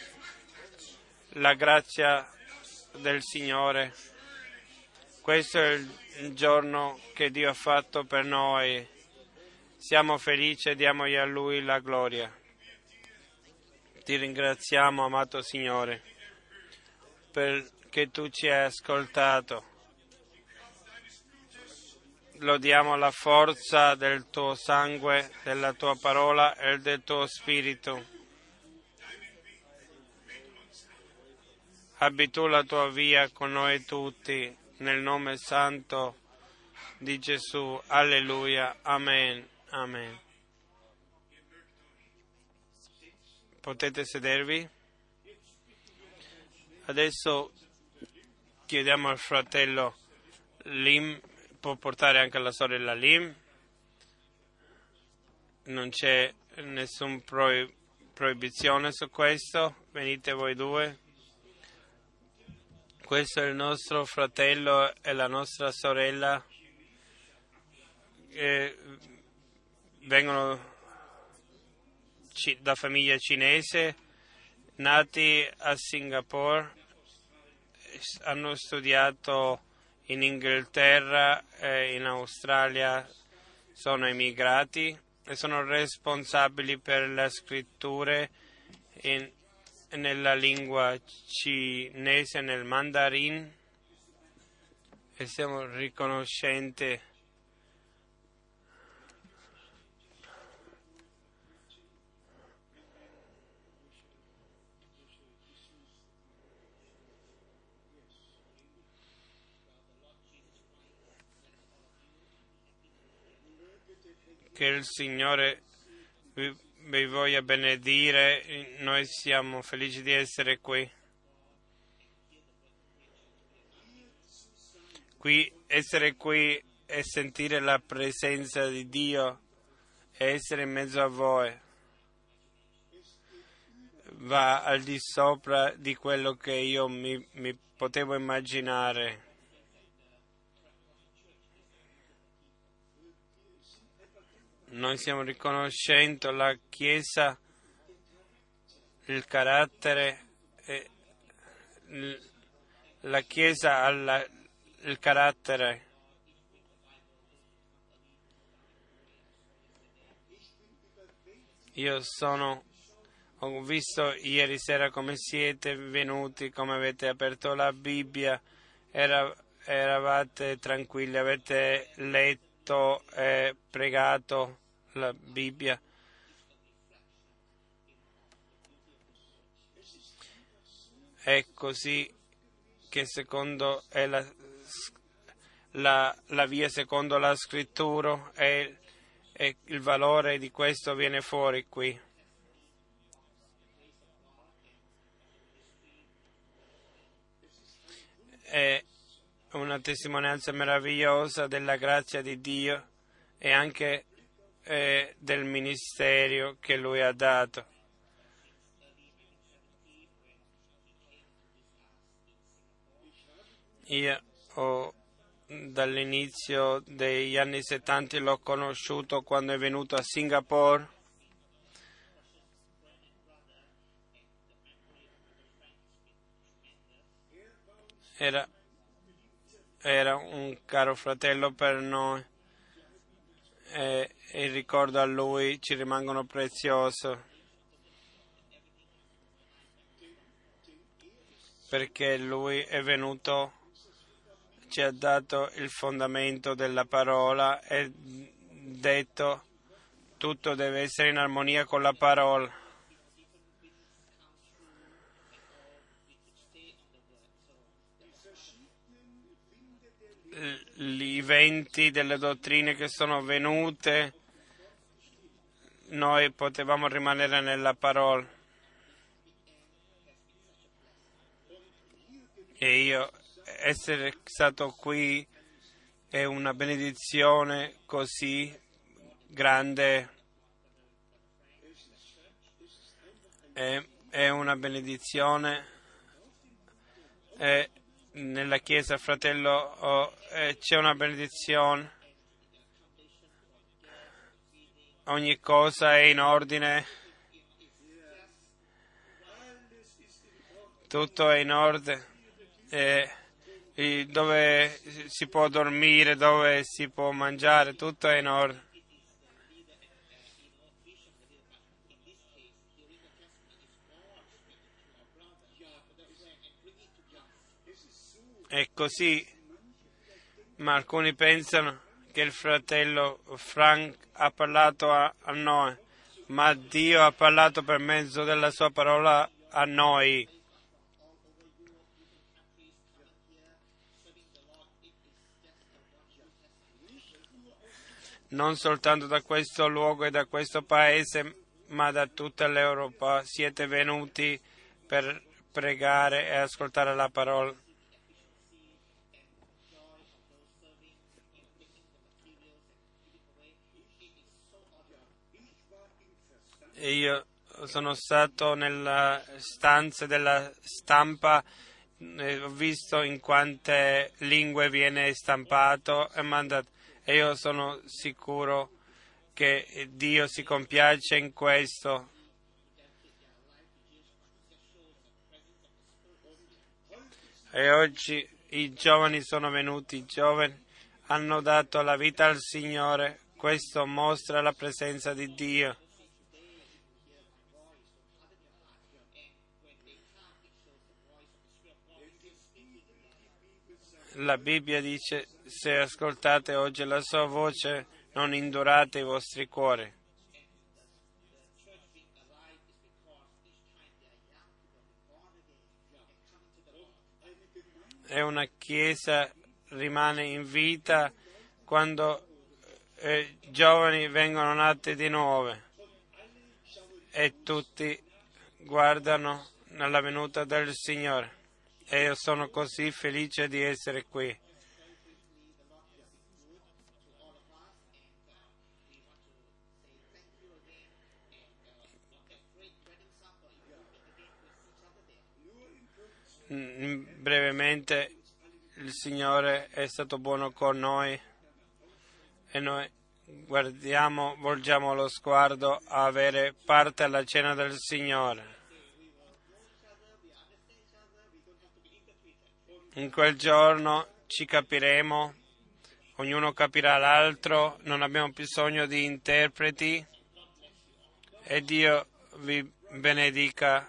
la grazia del Signore. Questo è il giorno che Dio ha fatto per noi. Siamo felici e diamogli a Lui la gloria. Ti ringraziamo, amato Signore, perché tu ci hai ascoltato. Lodiamo la forza del tuo sangue, della tua parola e del tuo Spirito. Abbi tu la tua via con noi tutti, nel nome santo di Gesù. Alleluia. Amen. Amen. Potete sedervi? Adesso chiediamo al fratello Lim, può portare anche la sorella Lim. Non c'è nessuna proibizione su questo. Venite voi due. Questo è il nostro fratello e la nostra sorella che vengono da famiglia cinese, nati a Singapore, hanno studiato in Inghilterra e in Australia, sono emigrati e sono responsabili per le scritture nella lingua cinese, nel mandarin, e siamo riconoscenti che il Signore vi voglia benedire. Noi siamo felici di essere qui. Essere qui e sentire la presenza di Dio e essere in mezzo a voi va al di sopra di quello che io mi potevo immaginare. Noi siamo riconoscenti alla Chiesa, il carattere, la Chiesa ha il carattere. Ho visto ieri sera come siete venuti, come avete aperto la Bibbia, eravate tranquilli, avete letto e pregato la Bibbia. È così che secondo è la via secondo la scrittura e il valore di questo viene fuori qui. È una testimonianza meravigliosa della grazia di Dio e anche del ministero che Lui ha dato. Io dall'inizio degli anni 70 l'ho conosciuto quando è venuto a Singapore. Era un caro fratello per noi e il ricordo a lui ci rimangono preziosi, perché lui è venuto, ci ha dato il fondamento della parola e detto tutto deve essere in armonia con la parola. I venti delle dottrine che sono venute, noi potevamo rimanere nella parola. E io essere stato qui è una benedizione così grande, è una benedizione. Nella Chiesa, fratello, c'è una benedizione, ogni cosa è in ordine, tutto è in ordine, dove si può dormire, dove si può mangiare, tutto è in ordine. È così, ma alcuni pensano che il fratello Frank ha parlato a noi, ma Dio ha parlato per mezzo della sua parola a noi. Non soltanto da questo luogo e da questo paese, ma da tutta l'Europa siete venuti per pregare e ascoltare la parola. Io sono stato nella stanza della stampa, ho visto in quante lingue viene stampato e mandato, e io sono sicuro che Dio si compiace in questo. E oggi i giovani sono venuti, i giovani hanno dato la vita al Signore. Questo mostra la presenza di Dio. La Bibbia dice: se ascoltate oggi la sua voce, non indurate i vostri cuori. E una chiesa rimane in vita quando giovani vengono nati di nuovo e tutti guardano nella venuta del Signore. E io sono così felice di essere qui. Brevemente, il Signore è stato buono con noi e noi volgiamo lo sguardo a avere parte alla cena del Signore. In quel giorno ci capiremo, ognuno capirà l'altro, non abbiamo bisogno di interpreti e Dio vi benedica.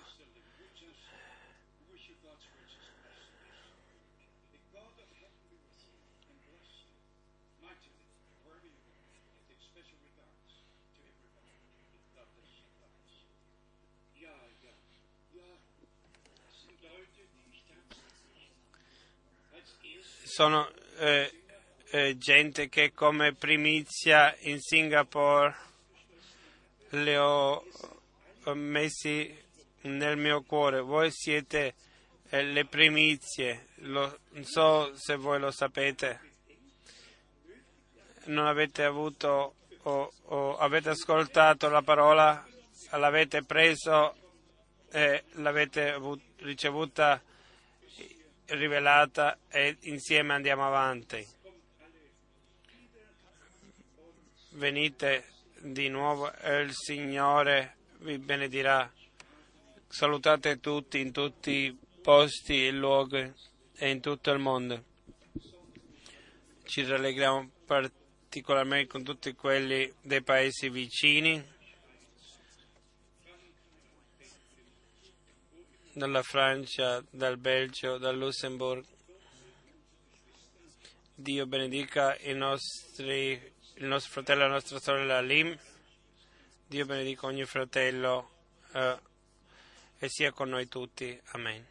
Sono gente che come primizia in Singapore le ho messi nel mio cuore. Voi siete le primizie, non so se voi lo sapete. Non avete avuto o avete ascoltato la parola, l'avete preso e l'avete ricevuta rivelata e insieme andiamo avanti. Venite di nuovo e il Signore vi benedirà. Salutate tutti in tutti i posti e luoghi e in tutto il mondo. Ci rallegriamo particolarmente con tutti quelli dei paesi vicini, dalla Francia, dal Belgio, dal Lussemburgo. Dio benedica il nostro fratello e la nostra sorella Lim. Dio benedica ogni fratello e sia con noi tutti. Amen.